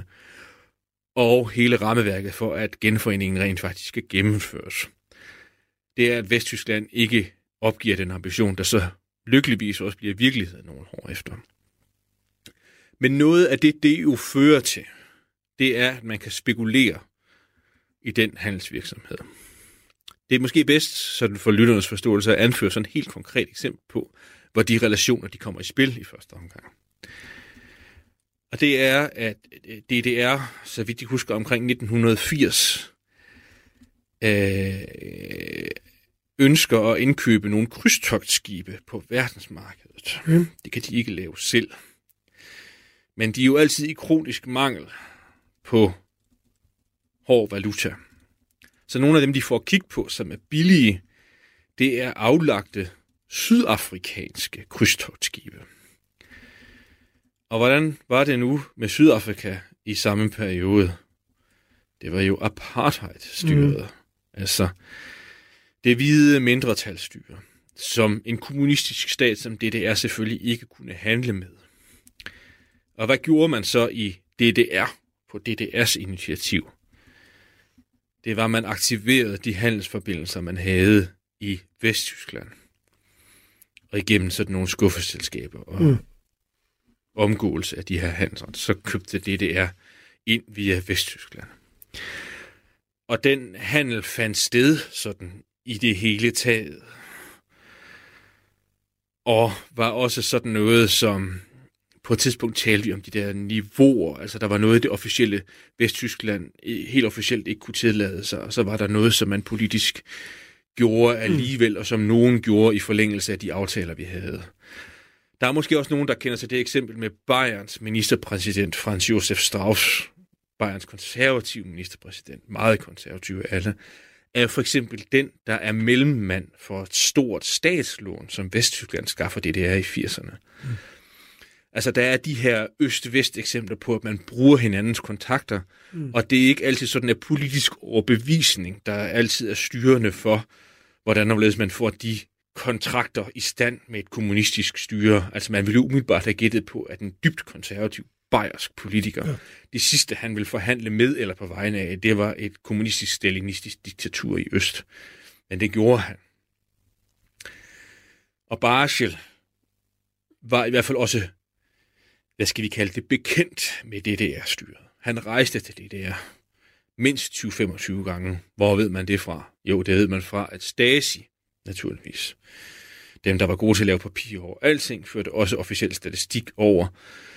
og hele rammeværket for, at genforeningen rent faktisk skal gennemføres. Det er, at Vesttyskland ikke opgiver den ambition, der så lykkeligvis også bliver virkelighed nogle år efter. Men noget af det, det jo fører til, det er, at man kan spekulere i den handelsvirksomhed. Det er måske bedst, sådan for lytternes forståelse, at anføre sådan et helt konkret eksempel på, hvor de relationer de kommer i spil i første omgang. Og det er, at D D R, så vidt jeg husker, omkring nitten firs, øh, ønsker at indkøbe nogle krydstogtskibe på verdensmarkedet. Mm. Det kan de ikke lave selv. Men de er jo altid i kronisk mangel på hård valuta. Så nogle af dem, de får kig på, som er billige, det er aflagte sydafrikanske krydstogtskibe. Og hvordan var det nu med Sydafrika i samme periode? Det var jo apartheid-styret. Mm. Altså det hvide mindretalsstyre, som en kommunistisk stat som D D R selvfølgelig ikke kunne handle med. Og hvad gjorde man så i D D R på D D R's initiativ? Det var, at man aktiverede de handelsforbindelser, man havde i Vesttyskland. Og igennem sådan nogle skuffeselskaber og mm. omgåelse af de her handler, så købte D D R ind via Vesttyskland. Og den handel fandt sted sådan i det hele taget. Og var også sådan noget, som på et tidspunkt talte vi om de der niveauer. Altså der var noget, det officielle Vesttyskland helt officielt ikke kunne tillade sig. Og så var der noget, som man politisk gjorde alligevel, mm. og som nogen gjorde i forlængelse af de aftaler, vi havde. Der er måske også nogen, der kender sig det eksempel med Bayerns ministerpræsident Franz Josef Strauß. Bayerns konservative ministerpræsident, meget konservative alle, er for eksempel den, der er mellemmand for et stort statslån, som Vesttyskland skaffer D D R i firserne. Mm. Altså, der er de her øst-vest eksempler på, at man bruger hinandens kontakter, mm. og det er ikke altid sådan en politisk overbevisning, der altid er styrende for, hvordan omledes man får de kontrakter i stand med et kommunistisk styre. Altså, man ville umiddelbart have gættet på, at en dybt konservativ bayersk politiker, ja. Det sidste, han ville forhandle med eller på vegne af, det var et kommunistisk-stalinistisk diktatur i øst. Men det gjorde han. Og Barschel var i hvert fald også, hvad skal vi kalde det, bekendt med D D R-styret. Han rejste til D D R mindst tyve til femogtyve gange. Hvor ved man det fra? Jo, det ved man fra, at Stasi, naturligvis, dem, der var gode til at lave papir over alting, førte også officiel statistik over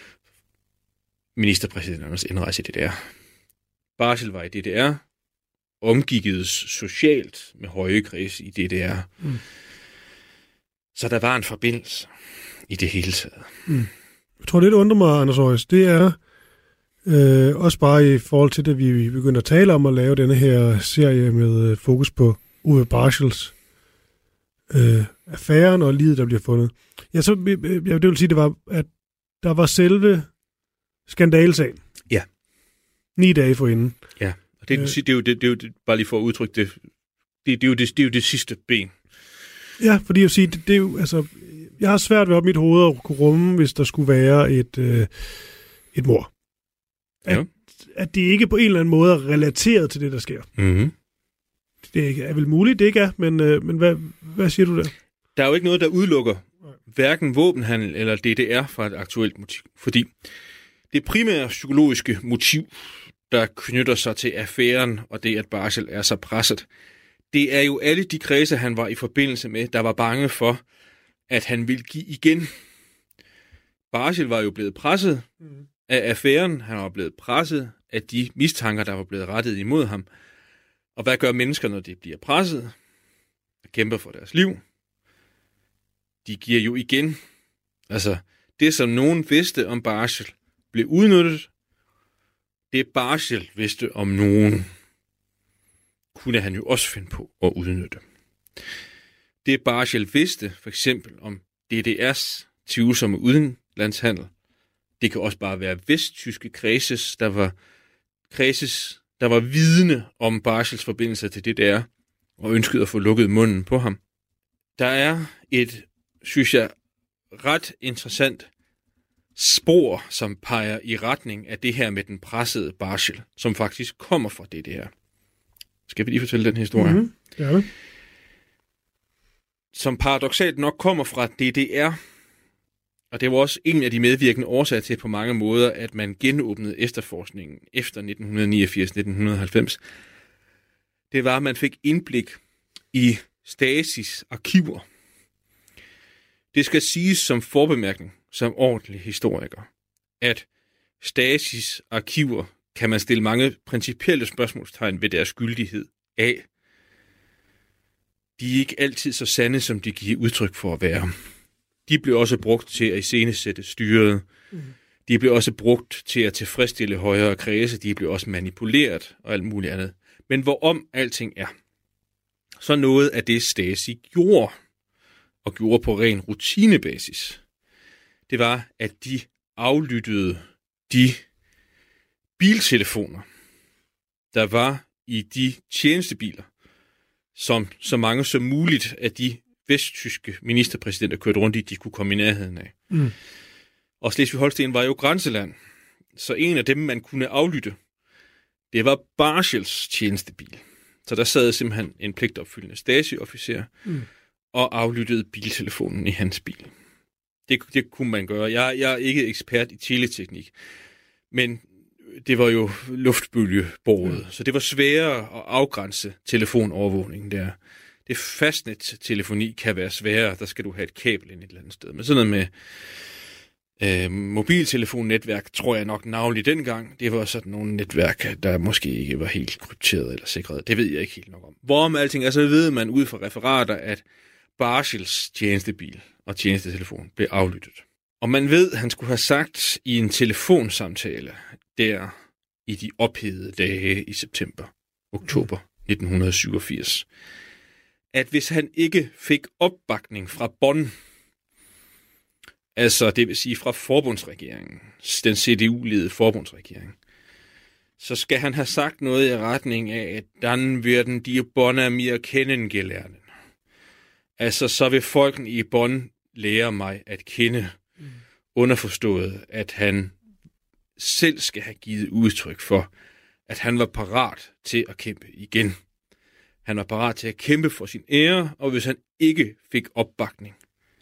ministerpræsidenternes indrejse i D D R. Barschel var i D D R, omgikkedes socialt med høje kredse i D D R. Mm. Så der var en forbindelse i det hele taget. Mm. Jeg tror, det, der undrer mig, Anders Højs, det er øh, også bare i forhold til, at vi begynder at tale om at lave denne her serie med øh, fokus på Uwe Barschels øh, affæren og livet, der bliver fundet. Ja, så jeg, jeg vil sige, det var, at der var selve skandalesagen. Ja. Ni dage forinden. Ja, og det, øh, det, er jo, det, det er jo det, bare lige for at udtrykke det, det, det, er, jo det, det er jo det sidste ben. Ja, fordi jeg siger, det, det er jo, altså, jeg har svært ved op mit hoved at kunne rumme, hvis der skulle være et, øh, et mord. At, ja. At det ikke på en eller anden måde er relateret til det, der sker. Mm-hmm. Det er, ikke, er vel muligt, det ikke er, men, øh, men hvad, hvad siger du der? Der er jo ikke noget, der udelukker hverken våbenhandel eller D D R fra et aktuelt motiv, fordi det primære psykologiske motiv, der knytter sig til affæren og det, at Barschel er så presset, det er jo alle de kredse, han var i forbindelse med, der var bange for, at han ville give igen. Barschel var jo blevet presset mm. af affæren, han var blevet presset af de mistanker, der var blevet rettet imod ham. Og hvad gør mennesker, når de bliver presset? De kæmper for deres liv. De giver jo igen. Altså, det som nogen vidste om Barschel, blev udnyttet. Det Barschel vidste om nogen, kunne han jo også finde på at udnytte. Det Barschel vidste, for eksempel om D D R's tvivlsomme udenlandshandel, det kan også bare være vesttyske kredses, der var kredses, der var vidne om Barschels forbindelser til D D R, og ønskede at få lukket munden på ham. Der er et, synes jeg, ret interessant spor, som peger i retning af det her med den pressede Barschel, som faktisk kommer fra D D R. Skal vi lige fortælle den historie? Mm-hmm. Ja. Som paradoksalt nok kommer fra D D R, og det var også en af de medvirkende årsager til på mange måder, at man genåbnede efterforskningen efter nitten niogfirs til nitten halvfems. Det var, at man fik indblik i Stasis arkiver. Det skal siges som forbemærkning, som ordentlig historiker, at Stasis arkiver kan man stille mange principielle spørgsmålstegn ved deres gyldighed af. De er ikke altid så sande, som de giver udtryk for at være. De blev også brugt til at iscenesætte styret. Mm. De blev også brugt til at tilfredsstille højere kredse. De blev også manipuleret og alt muligt andet. Men hvorom alting er, så noget af det Stasi gjorde, og gjorde på ren rutinebasis, det var, at de aflyttede de biltelefoner, der var i de tjenestebiler, som så mange som muligt af de vesttyske ministerpræsidenter kørte rundt i, de kunne komme i nærheden af. Mm. Og Slesvig-Holsten var jo grænseland, så en af dem, man kunne aflytte, det var Barschels tjenestebil. Så der sad simpelthen en pligtopfyldende Stasi-officer mm. og aflyttede biltelefonen i hans bil. Det, det kunne man gøre. Jeg, jeg er ikke ekspert i teleteknik, men det var jo luftbølgebåret, så det var sværere at afgrænse telefonovervågningen der. Det fastnet-telefoni kan være sværere, der skal du have et kabel ind et eller andet sted. Men sådan noget med øh, mobiltelefonnetværk, tror jeg nok navnlig dengang, det var sådan nogle netværk, der måske ikke var helt krypteret eller sikret. Det ved jeg ikke helt nok om. Hvorom alting er, så ved man ud fra referater, at Barschels tjenestebil og tjenestetelefon blev aflyttet. Og man ved, at han skulle have sagt i en telefonsamtale der i de ophedede dage i september, oktober nitten syvogfirs, at hvis han ikke fik opbakning fra Bonn, altså det vil sige fra forbundsregeringen, den C D U-ledede forbundsregering, så skal han have sagt noget i retning af, at dann werden die Bonner mir kennengelernt. Altså så vil folkene i Bonn lære mig at kende, mm. underforstået, at han selv skal have givet udtryk for, at han var parat til at kæmpe igen. Han var parat til at kæmpe for sin ære, og hvis han ikke fik opbakning,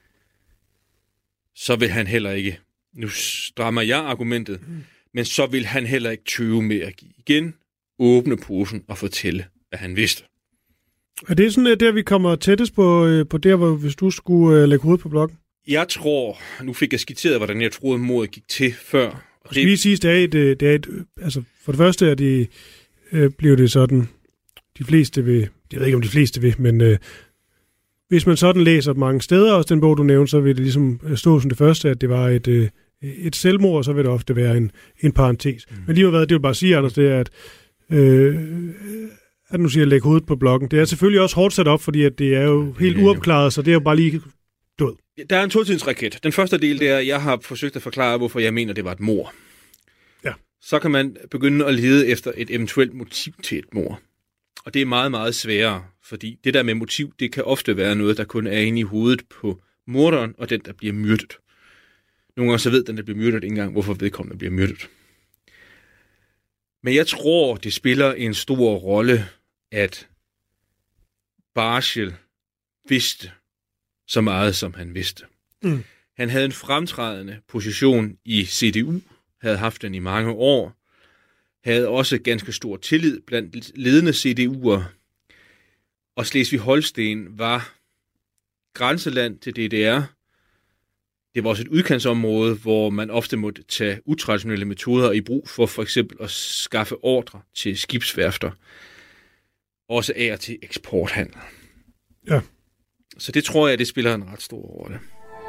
så vil han heller ikke, nu strammer jeg argumentet, mm. men så vil han heller ikke tøve med at give igen, åbne posen og fortælle, hvad han vidste. Er det sådan, at der vi kommer tættest på, på der, hvor hvis du skulle uh, lægge hovedet på blokken? Jeg tror, nu fik jeg skitseret, hvordan jeg troede, mordet gik til før. Og skal det... vi sige, det er et, det er et, altså for det første er det, øh, bliver det sådan, de fleste vil, jeg ved ikke om de fleste vil, men øh, hvis man sådan læser mange steder, også den bog, du nævnte, så vil det ligesom stå som det første, at det var et, øh, et selvmord, og så vil det ofte være en, en parentes. Mm. Men lige hvad, det vil bare sige, Anders, det er, at øh, at nu siger jeg, lægge hovedet på blokken. Det er selvfølgelig også hårdt sat op, fordi at det er jo helt uopklaret, så det er jo bare lige død. Der er en totidsraket. Den første del, det er, at jeg har forsøgt at forklare, hvorfor jeg mener, det var et mord. Ja. Så kan man begynde at lede efter et eventuelt motiv til et mord. Og det er meget, meget sværere, fordi det der med motiv, det kan ofte være noget, der kun er inde i hovedet på morderen og den, der bliver myrdet. Nogle gange så ved den, der bliver myrdet, ikke engang, hvorfor vedkommende bliver myrdet. Men jeg tror, det spiller en stor rolle, at Barschel vidste så meget, som han vidste. Mm. Han havde en fremtrædende position i C D U, havde haft den i mange år, havde også ganske stor tillid blandt ledende C D U'er, og Slesvig-Holsten var grænseland til D D R. Det var også et udkantsområde, hvor man ofte måtte tage utraditionelle metoder i brug for for eksempel at skaffe ordre til skibsværfter. Også af og til eksporthandel. Ja. Så det tror jeg, det spiller en ret stor rolle.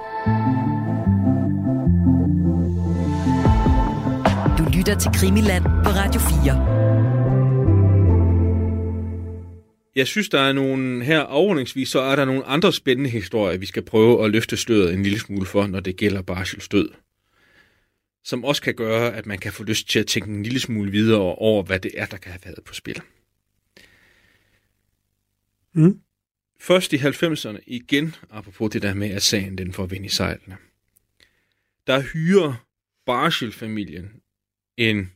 Du lytter til Krimiland på Radio fire. Jeg synes, der er nogle her afrundingsvis, så er der nogle andre spændende historier, vi skal prøve at løfte sløret en lille smule for, når det gælder Barschels død. Som også kan gøre, at man kan få lyst til at tænke en lille smule videre over, hvad det er, der kan have været på spil. Mm. Først i halvfemserne, igen, apropos det der med, at sagen den får vind i sejlene, der hyrer Barschel-familien en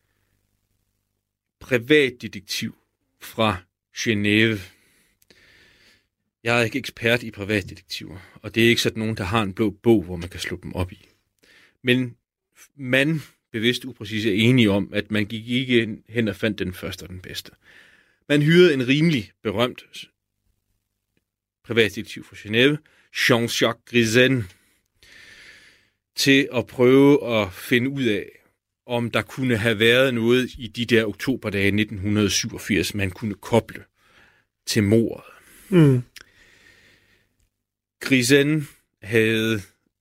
privatdetektiv fra Genève. Jeg er ikke ekspert i privatdetektiver, og det er ikke sådan nogen, der har en blå bog, hvor man kan slå dem op i. Men man bevidst upræcis er enige om, at man gik ikke hen og fandt den første og den bedste. Man hyrede en rimelig berømt privatdetektiv fra Genève, Jean-Jacques Grisen, til at prøve at finde ud af, om der kunne have været noget i de der oktoberdage nitten syvogfirs, man kunne koble til mordet. Mm. Grisen havde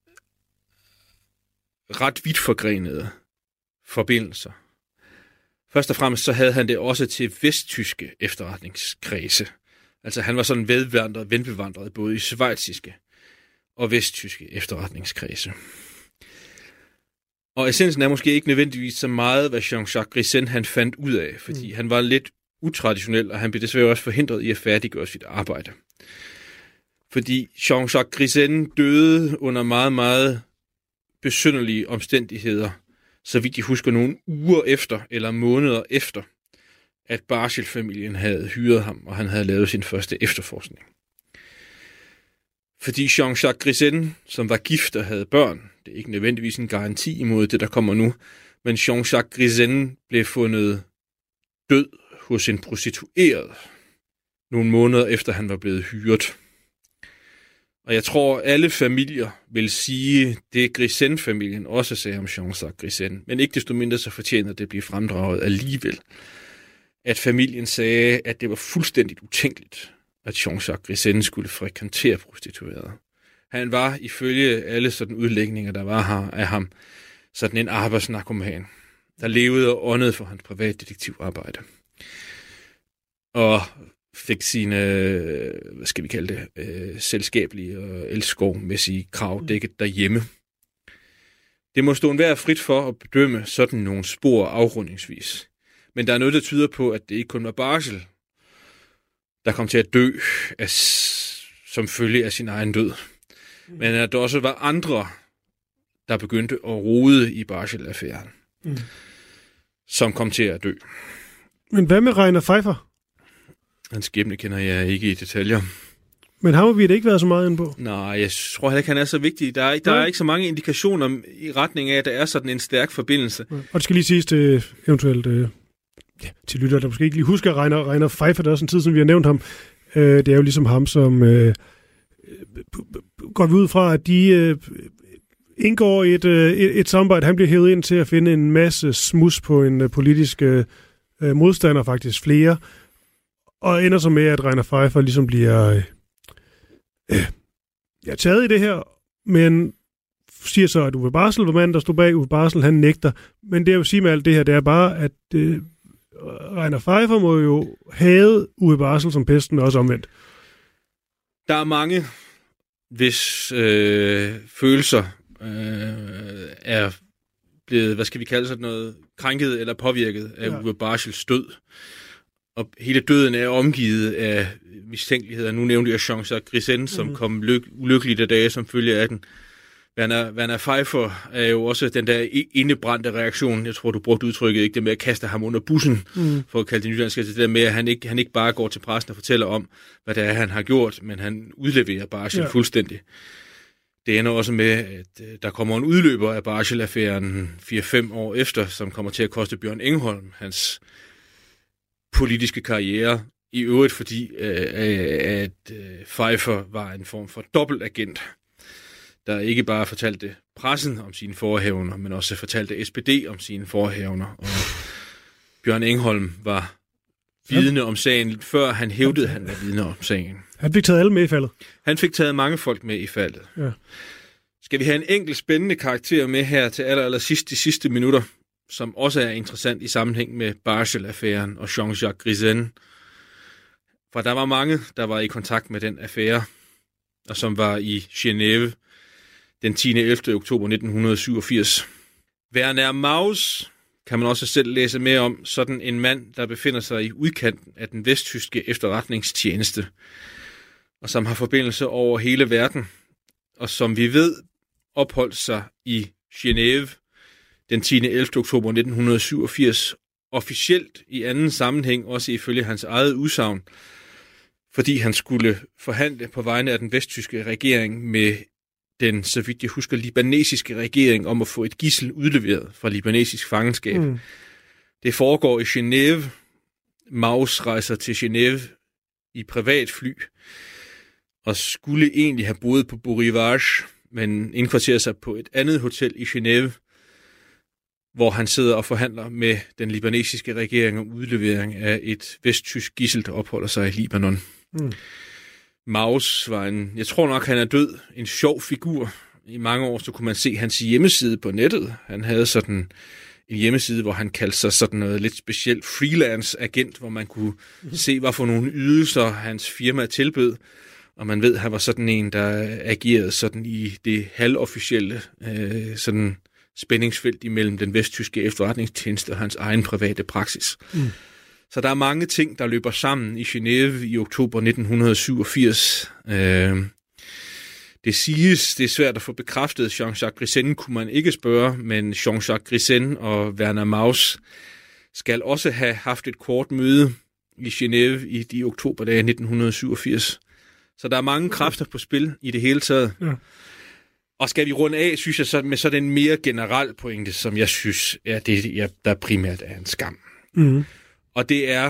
ret vidt forgrenede forbindelser. Først og fremmest så havde han det også til vesttyske efterretningskredse. Altså han var sådan vedvandret, venbevandret både i schweiziske og vesttyske efterretningskredse. Og essensen er måske ikke nødvendigvis så meget, hvad Jean-Jacques Grisen han fandt ud af, fordi mm. han var lidt utraditionel, og han blev desværre også forhindret i at færdiggøre sit arbejde. Fordi Jean-Jacques Grisen døde under meget, meget besynderlige omstændigheder, så vidt jeg husker nogle uger efter, eller måneder efter, at Barschel-familien havde hyret ham, og han havde lavet sin første efterforskning. Fordi Jean-Jacques Grisen, som var gift og havde børn, det er ikke nødvendigvis en garanti imod det, der kommer nu, Men Jean-Jacques Grisen blev fundet død hos en prostitueret nogle måneder efter han var blevet hyret. Og jeg tror, alle familier vil sige, det Grisen-familien også sagde om Jean-Jacques Grisen, men ikke desto mindre så fortjener det at blive fremdraget alligevel, at familien sagde, at det var fuldstændig utænkeligt, at Jean-Jacques Grisen skulle frekventere prostituerede. Han var, ifølge alle sådan udlægninger, der var her af ham, sådan en arbejdsnarkoman, der levede og åndede for hans privatdetektivarbejde. Og fik sine, hvad skal vi kalde det, øh, selskabelige og elskovmæssige krav dækket derhjemme. Det må stå enhver frit for at bedømme sådan nogle spor afrundingsvis. Men der er noget, der tyder på, at det ikke kun var Barschel, der kom til at dø af, som følge af sin egen død. Men at der også var andre, der begyndte at rode i Barschel-affæren, mm. som kom til at dø. Men hvad med Rainer Pfeiffer? Hans skæbne kender jeg ikke i detaljer. Men ham har vi da ikke været så meget inde på. Nej, jeg tror heller ikke, han er så vigtig. Der er, ikke, der er ikke så mange indikationer i retning af, at der er sådan en stærk forbindelse. Og det skal lige siges til eventuelt øh, ja, til lytter, der måske ikke lige husker Rainer, Rainer Pfeiffer, der er sådan en tid, som vi har nævnt ham. Øh, det er jo ligesom ham, som øh, går vi ud fra, at de øh, indgår i et, øh, et, et samarbejde. Han bliver hævet ind til at finde en masse smus på en øh, politisk øh, modstander, faktisk flere. Og ender så med, at Rainer Pfeiffer ligesom bliver øh, øh, ja, taget i det her, men siger så, at Uwe Barschel var manden, der stod bag. Uwe Barschel, han nægter. Men det jeg vil sige med alt det her, det er bare, at øh, Rainer Pfeiffer må jo have Uwe Barschel som pesten, også omvendt. Der er mange, hvis øh, følelser øh, er blevet, hvad skal vi kalde sådan noget, krænket eller påvirket af ja. Uwe Barschels død. Og hele døden er omgivet af mistænkeligheder. Nu nævnte jeg Jean-Jacques Grisen, som mm. kom lyk- ulykkeligt af dage som følge af den. Werner, Werner Pfeiffer er jo også den der indebrændte reaktion. Jeg tror, du brugte udtrykket, ikke det med at kaste ham under bussen, mm. for at kalde det nydansk. Det der med, at han ikke, han ikke bare går til pressen og fortæller om, hvad det er, han har gjort, men han udleverer Barschel ja. fuldstændig. Det ender også med, at der kommer en udløber af Barschel-affæren fire fem år efter, som kommer til at koste Bjørn Engholm hans politiske karriere, i øvrigt fordi, øh, at øh, Pfeiffer var en form for dobbeltagent, der ikke bare fortalte pressen om sine forehavner, men også fortalte S P D om sine forehavner. Og Bjørn Engholm var vidne om sagen lidt før han hævdede, at han var vidne om sagen. Han fik taget alle med i faldet. Han fik taget mange folk med i faldet. Ja. Skal vi have en enkelt spændende karakter med her til aller, aller sidst, de sidste minutter, som også er interessant i sammenhæng med Barschel-affæren og Jean-Jacques Grisen. For der var mange, der var i kontakt med den affære, og som var i Genève den tiende og ellevte oktober nitten syvogfirs. Werner Maus kan man også selv læse mere om, sådan en mand, der befinder sig i udkanten af den vesttyske efterretningstjeneste, og som har forbindelse over hele verden, og som vi ved opholdt sig i Genève den tiende og ellevte oktober nitten syvogfirs, officielt i anden sammenhæng, også ifølge hans eget udsagn, fordi han skulle forhandle på vegne af den vesttyske regering med den, så vidt jeg husker, libanesiske regering om at få et gidsel udleveret fra libanesisk fangenskab. Mm. Det foregår i Genève. Maus rejser til Genève i privatfly og skulle egentlig have boet på Beau Rivage, men indkvarterer sig på et andet hotel i Genève, hvor han sidder og forhandler med den libanesiske regering om udlevering af et vesttysk gidsel, der opholder sig i Libanon. Mm. Maus var en, jeg tror nok, han er død, en sjov figur. I mange år, så kunne man se hans hjemmeside på nettet. Han havde sådan en hjemmeside, hvor han kaldte sig sådan noget lidt specielt freelance-agent, hvor man kunne mm. se, hvad for nogle ydelser hans firma tilbød. Og man ved, at han var sådan en, der agerede sådan i det halvofficielle øh, sådan spændingsfelt imellem den vesttyske efterretningstjeneste og hans egen private praksis. Mm. Så der er mange ting, der løber sammen i Genève i oktober nitten syvogfirs. Øh, det siges, det er svært at få bekræftet. Jean-Jacques Grisen kunne man ikke spørge, men Jean-Jacques Grisen og Werner Maus skal også have haft et kort møde i Genève i de oktoberdage nitten syvogfirs. Så der er mange kræfter på spil i det hele taget. Ja. Og skal vi runde af, synes jeg, så med så den mere generelle pointe, som jeg synes er det, jeg, der primært er en skam. Mm. Og det er,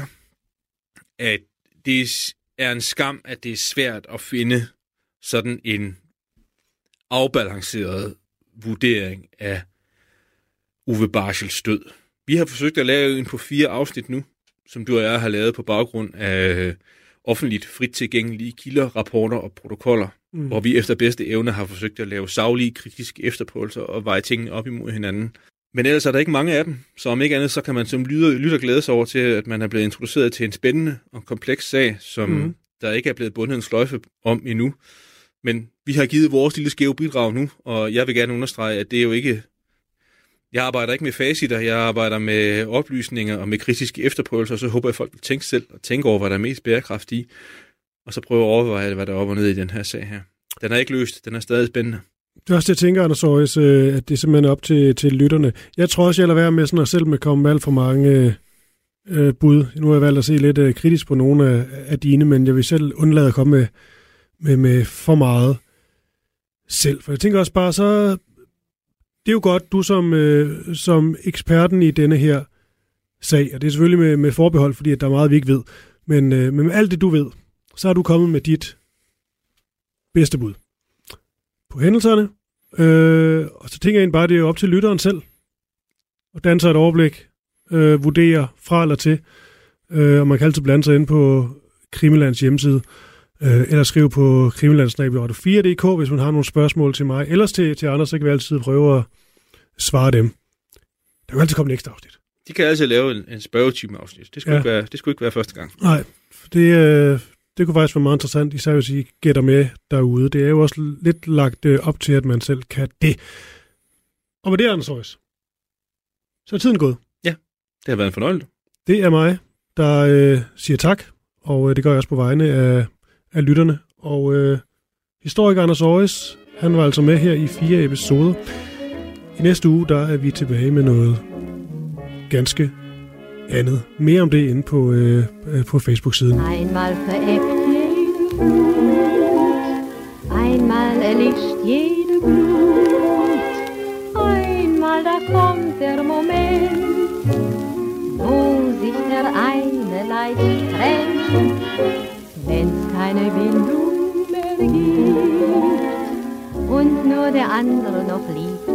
at det er en skam, at det er svært at finde sådan en afbalanceret vurdering af Uwe Barschels død. Vi har forsøgt at lave en på fire afsnit nu, som du og jeg har lavet på baggrund af offentligt frit tilgængelige kilder, rapporter og protokoller, mm. hvor vi efter bedste evne har forsøgt at lave saglige, kritiske efterprøvelser og veje tingene op imod hinanden. Men ellers er der ikke mange af dem, så om ikke andet, så kan man som lytter, lytter glæde sig over til, at man er blevet introduceret til en spændende og kompleks sag, som mm. der ikke er blevet bundet en sløjfe om endnu. Men vi har givet vores lille skæve bidrag nu, og jeg vil gerne understrege, at det er jo ikke... Jeg arbejder ikke med facitter, jeg arbejder med oplysninger og med kritiske efterprøvelser, og så håber jeg, at folk vil tænke selv og tænke over, hvad der er mest bærekraftigt i, og så prøve at overveje, hvad der er op og ned i den her sag her. Den er ikke løst, den er stadig spændende. Det er også det, jeg tænker, Anders Aarhus, at det simpelthen er op til, til lytterne. Jeg tror også, jeg lader være med sådan at selv med komme med alt for mange øh, bud. Nu har jeg valgt at se lidt øh, kritisk på nogle af, af dine, men jeg vil selv undlade at komme med, med, med for meget selv. For jeg tænker også bare, så det er jo godt, du som, øh, som eksperten i denne her sag, og det er selvfølgelig med, med forbehold, fordi at der er meget, vi ikke ved, men, øh, men med alt det, du ved, så har du kommet med dit bedste bud på hændelserne, øh, og så tænker jeg egentlig bare, det er op til lytteren selv, og danne sig et overblik, øh, vurdere fra eller til, øh, og man kan altid blande sig ind på Krimilands hjemmeside, øh, eller skrive på krimiland snabel-a radio fire punktum d k, hvis man har nogle spørgsmål til mig, ellers til, til andre, så kan vi altid prøve at svare dem. Der kan altid komme en ekstra afsnit. De kan altid lave en, en spørgetime-afsnit. Det skulle, ja. ikke være, det skulle ikke være første gang. Nej, det, øh, det kunne faktisk være meget interessant, især hvis I gætter med derude. Det er jo også lidt lagt øh, op til, at man selv kan det. Og med det, Anders Aarhus, så er tiden gået. Ja, det har været en fornøjelse. Det er mig, der øh, siger tak, og øh, det gør jeg også på vegne af, af lytterne. Og øh, historiker Anders Aarhus, han var altså med her i fire episoder. I næste uge, der er vi tilbage med noget ganske andet. Mere om det inde på, øh, på Facebook-siden. Einmal veräppt jede Blut, einmal erlischt jede Blut, einmal da kommt der Moment, wo sich der eine leicht trennt, wenn's keine Bindung mehr gibt und nur der andere noch liebt.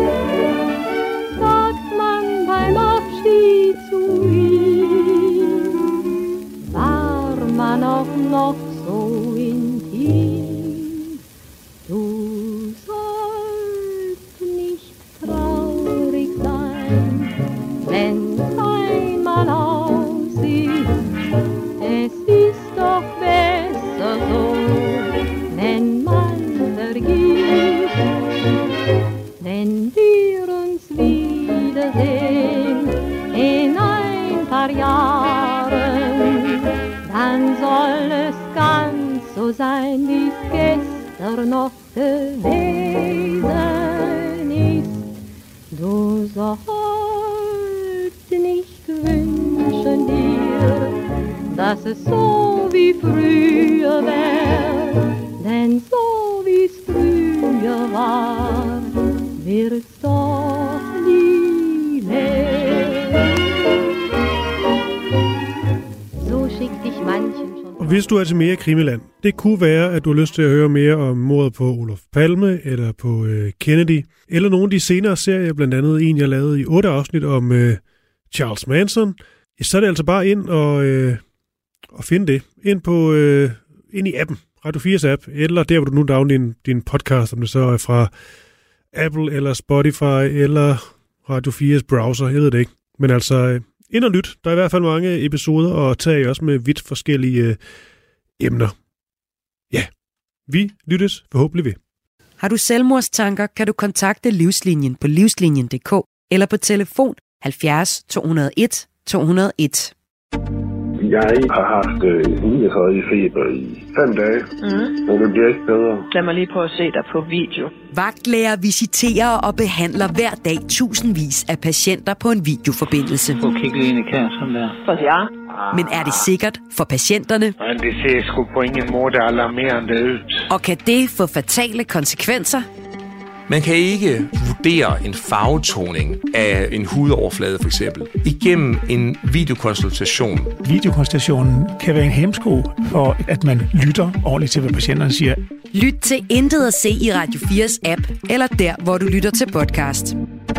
Sagt man beim Abschied zu ihm, war man auch noch so intim. Du sollst nicht traurig sein, wenn's einmal aus ist. Es ist doch besser so, wenn man vergisst. Wenn wir uns wiedersehen in ein paar Jahren, dann soll es ganz so sein, wie es gestern noch gewesen ist. Du sollst nicht wünschen dir, dass es so wie früher wäre, denn so wie es früher war, wird's doch nie mehr. So schickt dich manchen schon. Og hvis du er til mere Krimiland, det kunne være, at du har lyst til at høre mere om mordet på Olof Palme, eller på øh, Kennedy, eller nogle af de senere serier, blandt andet en, jeg lavede i otte afsnit om øh, Charles Manson, så er det altså bare ind og, øh, og finde det. Ind, på, øh, ind i appen, Radio fires app, eller der, hvor du nu downloader din, din podcast, om det så er fra Apple eller Spotify eller Radio fires browser, jeg ved det ikke. Men altså, ind og lyt. Der er i hvert fald mange episoder, og tage også med vidt forskellige øh, emner. Ja, vi lyttes forhåbentlig ved. Har du selvmordstanker, kan du kontakte Livslinjen på livslinjen punktum d k eller på telefon halvfjerds to hundrede og en to hundrede og en. Jeg har haft øh, niogtredive feber i fem dage, mm. men det bliver ikke bedre. Lad mig lige prøve at se dig på video. Vagtlæger visiterer og behandler hver dag tusindvis af patienter på en videoforbindelse. Prøv at kigge ind i kassen der. For ja. Men er det sikkert for patienterne? Men det ser sgu på ingen måde alarmerende ud. Og kan det få fatale konsekvenser? Man kan ikke vurdere en farvetoning af en hudoverflade for eksempel igennem en videokonsultation. Videokonsultationen kan være en hæmsko for, at man lytter ordentligt til, hvad patienterne siger. Lyt til Intet at se i Radio fires app, eller der, hvor du lytter til podcast.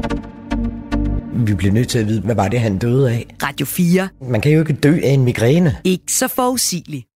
Vi bliver nødt til at vide, hvad var det, han døde af? Radio fire. Man kan jo ikke dø af en migræne. Ikke så forudsigeligt.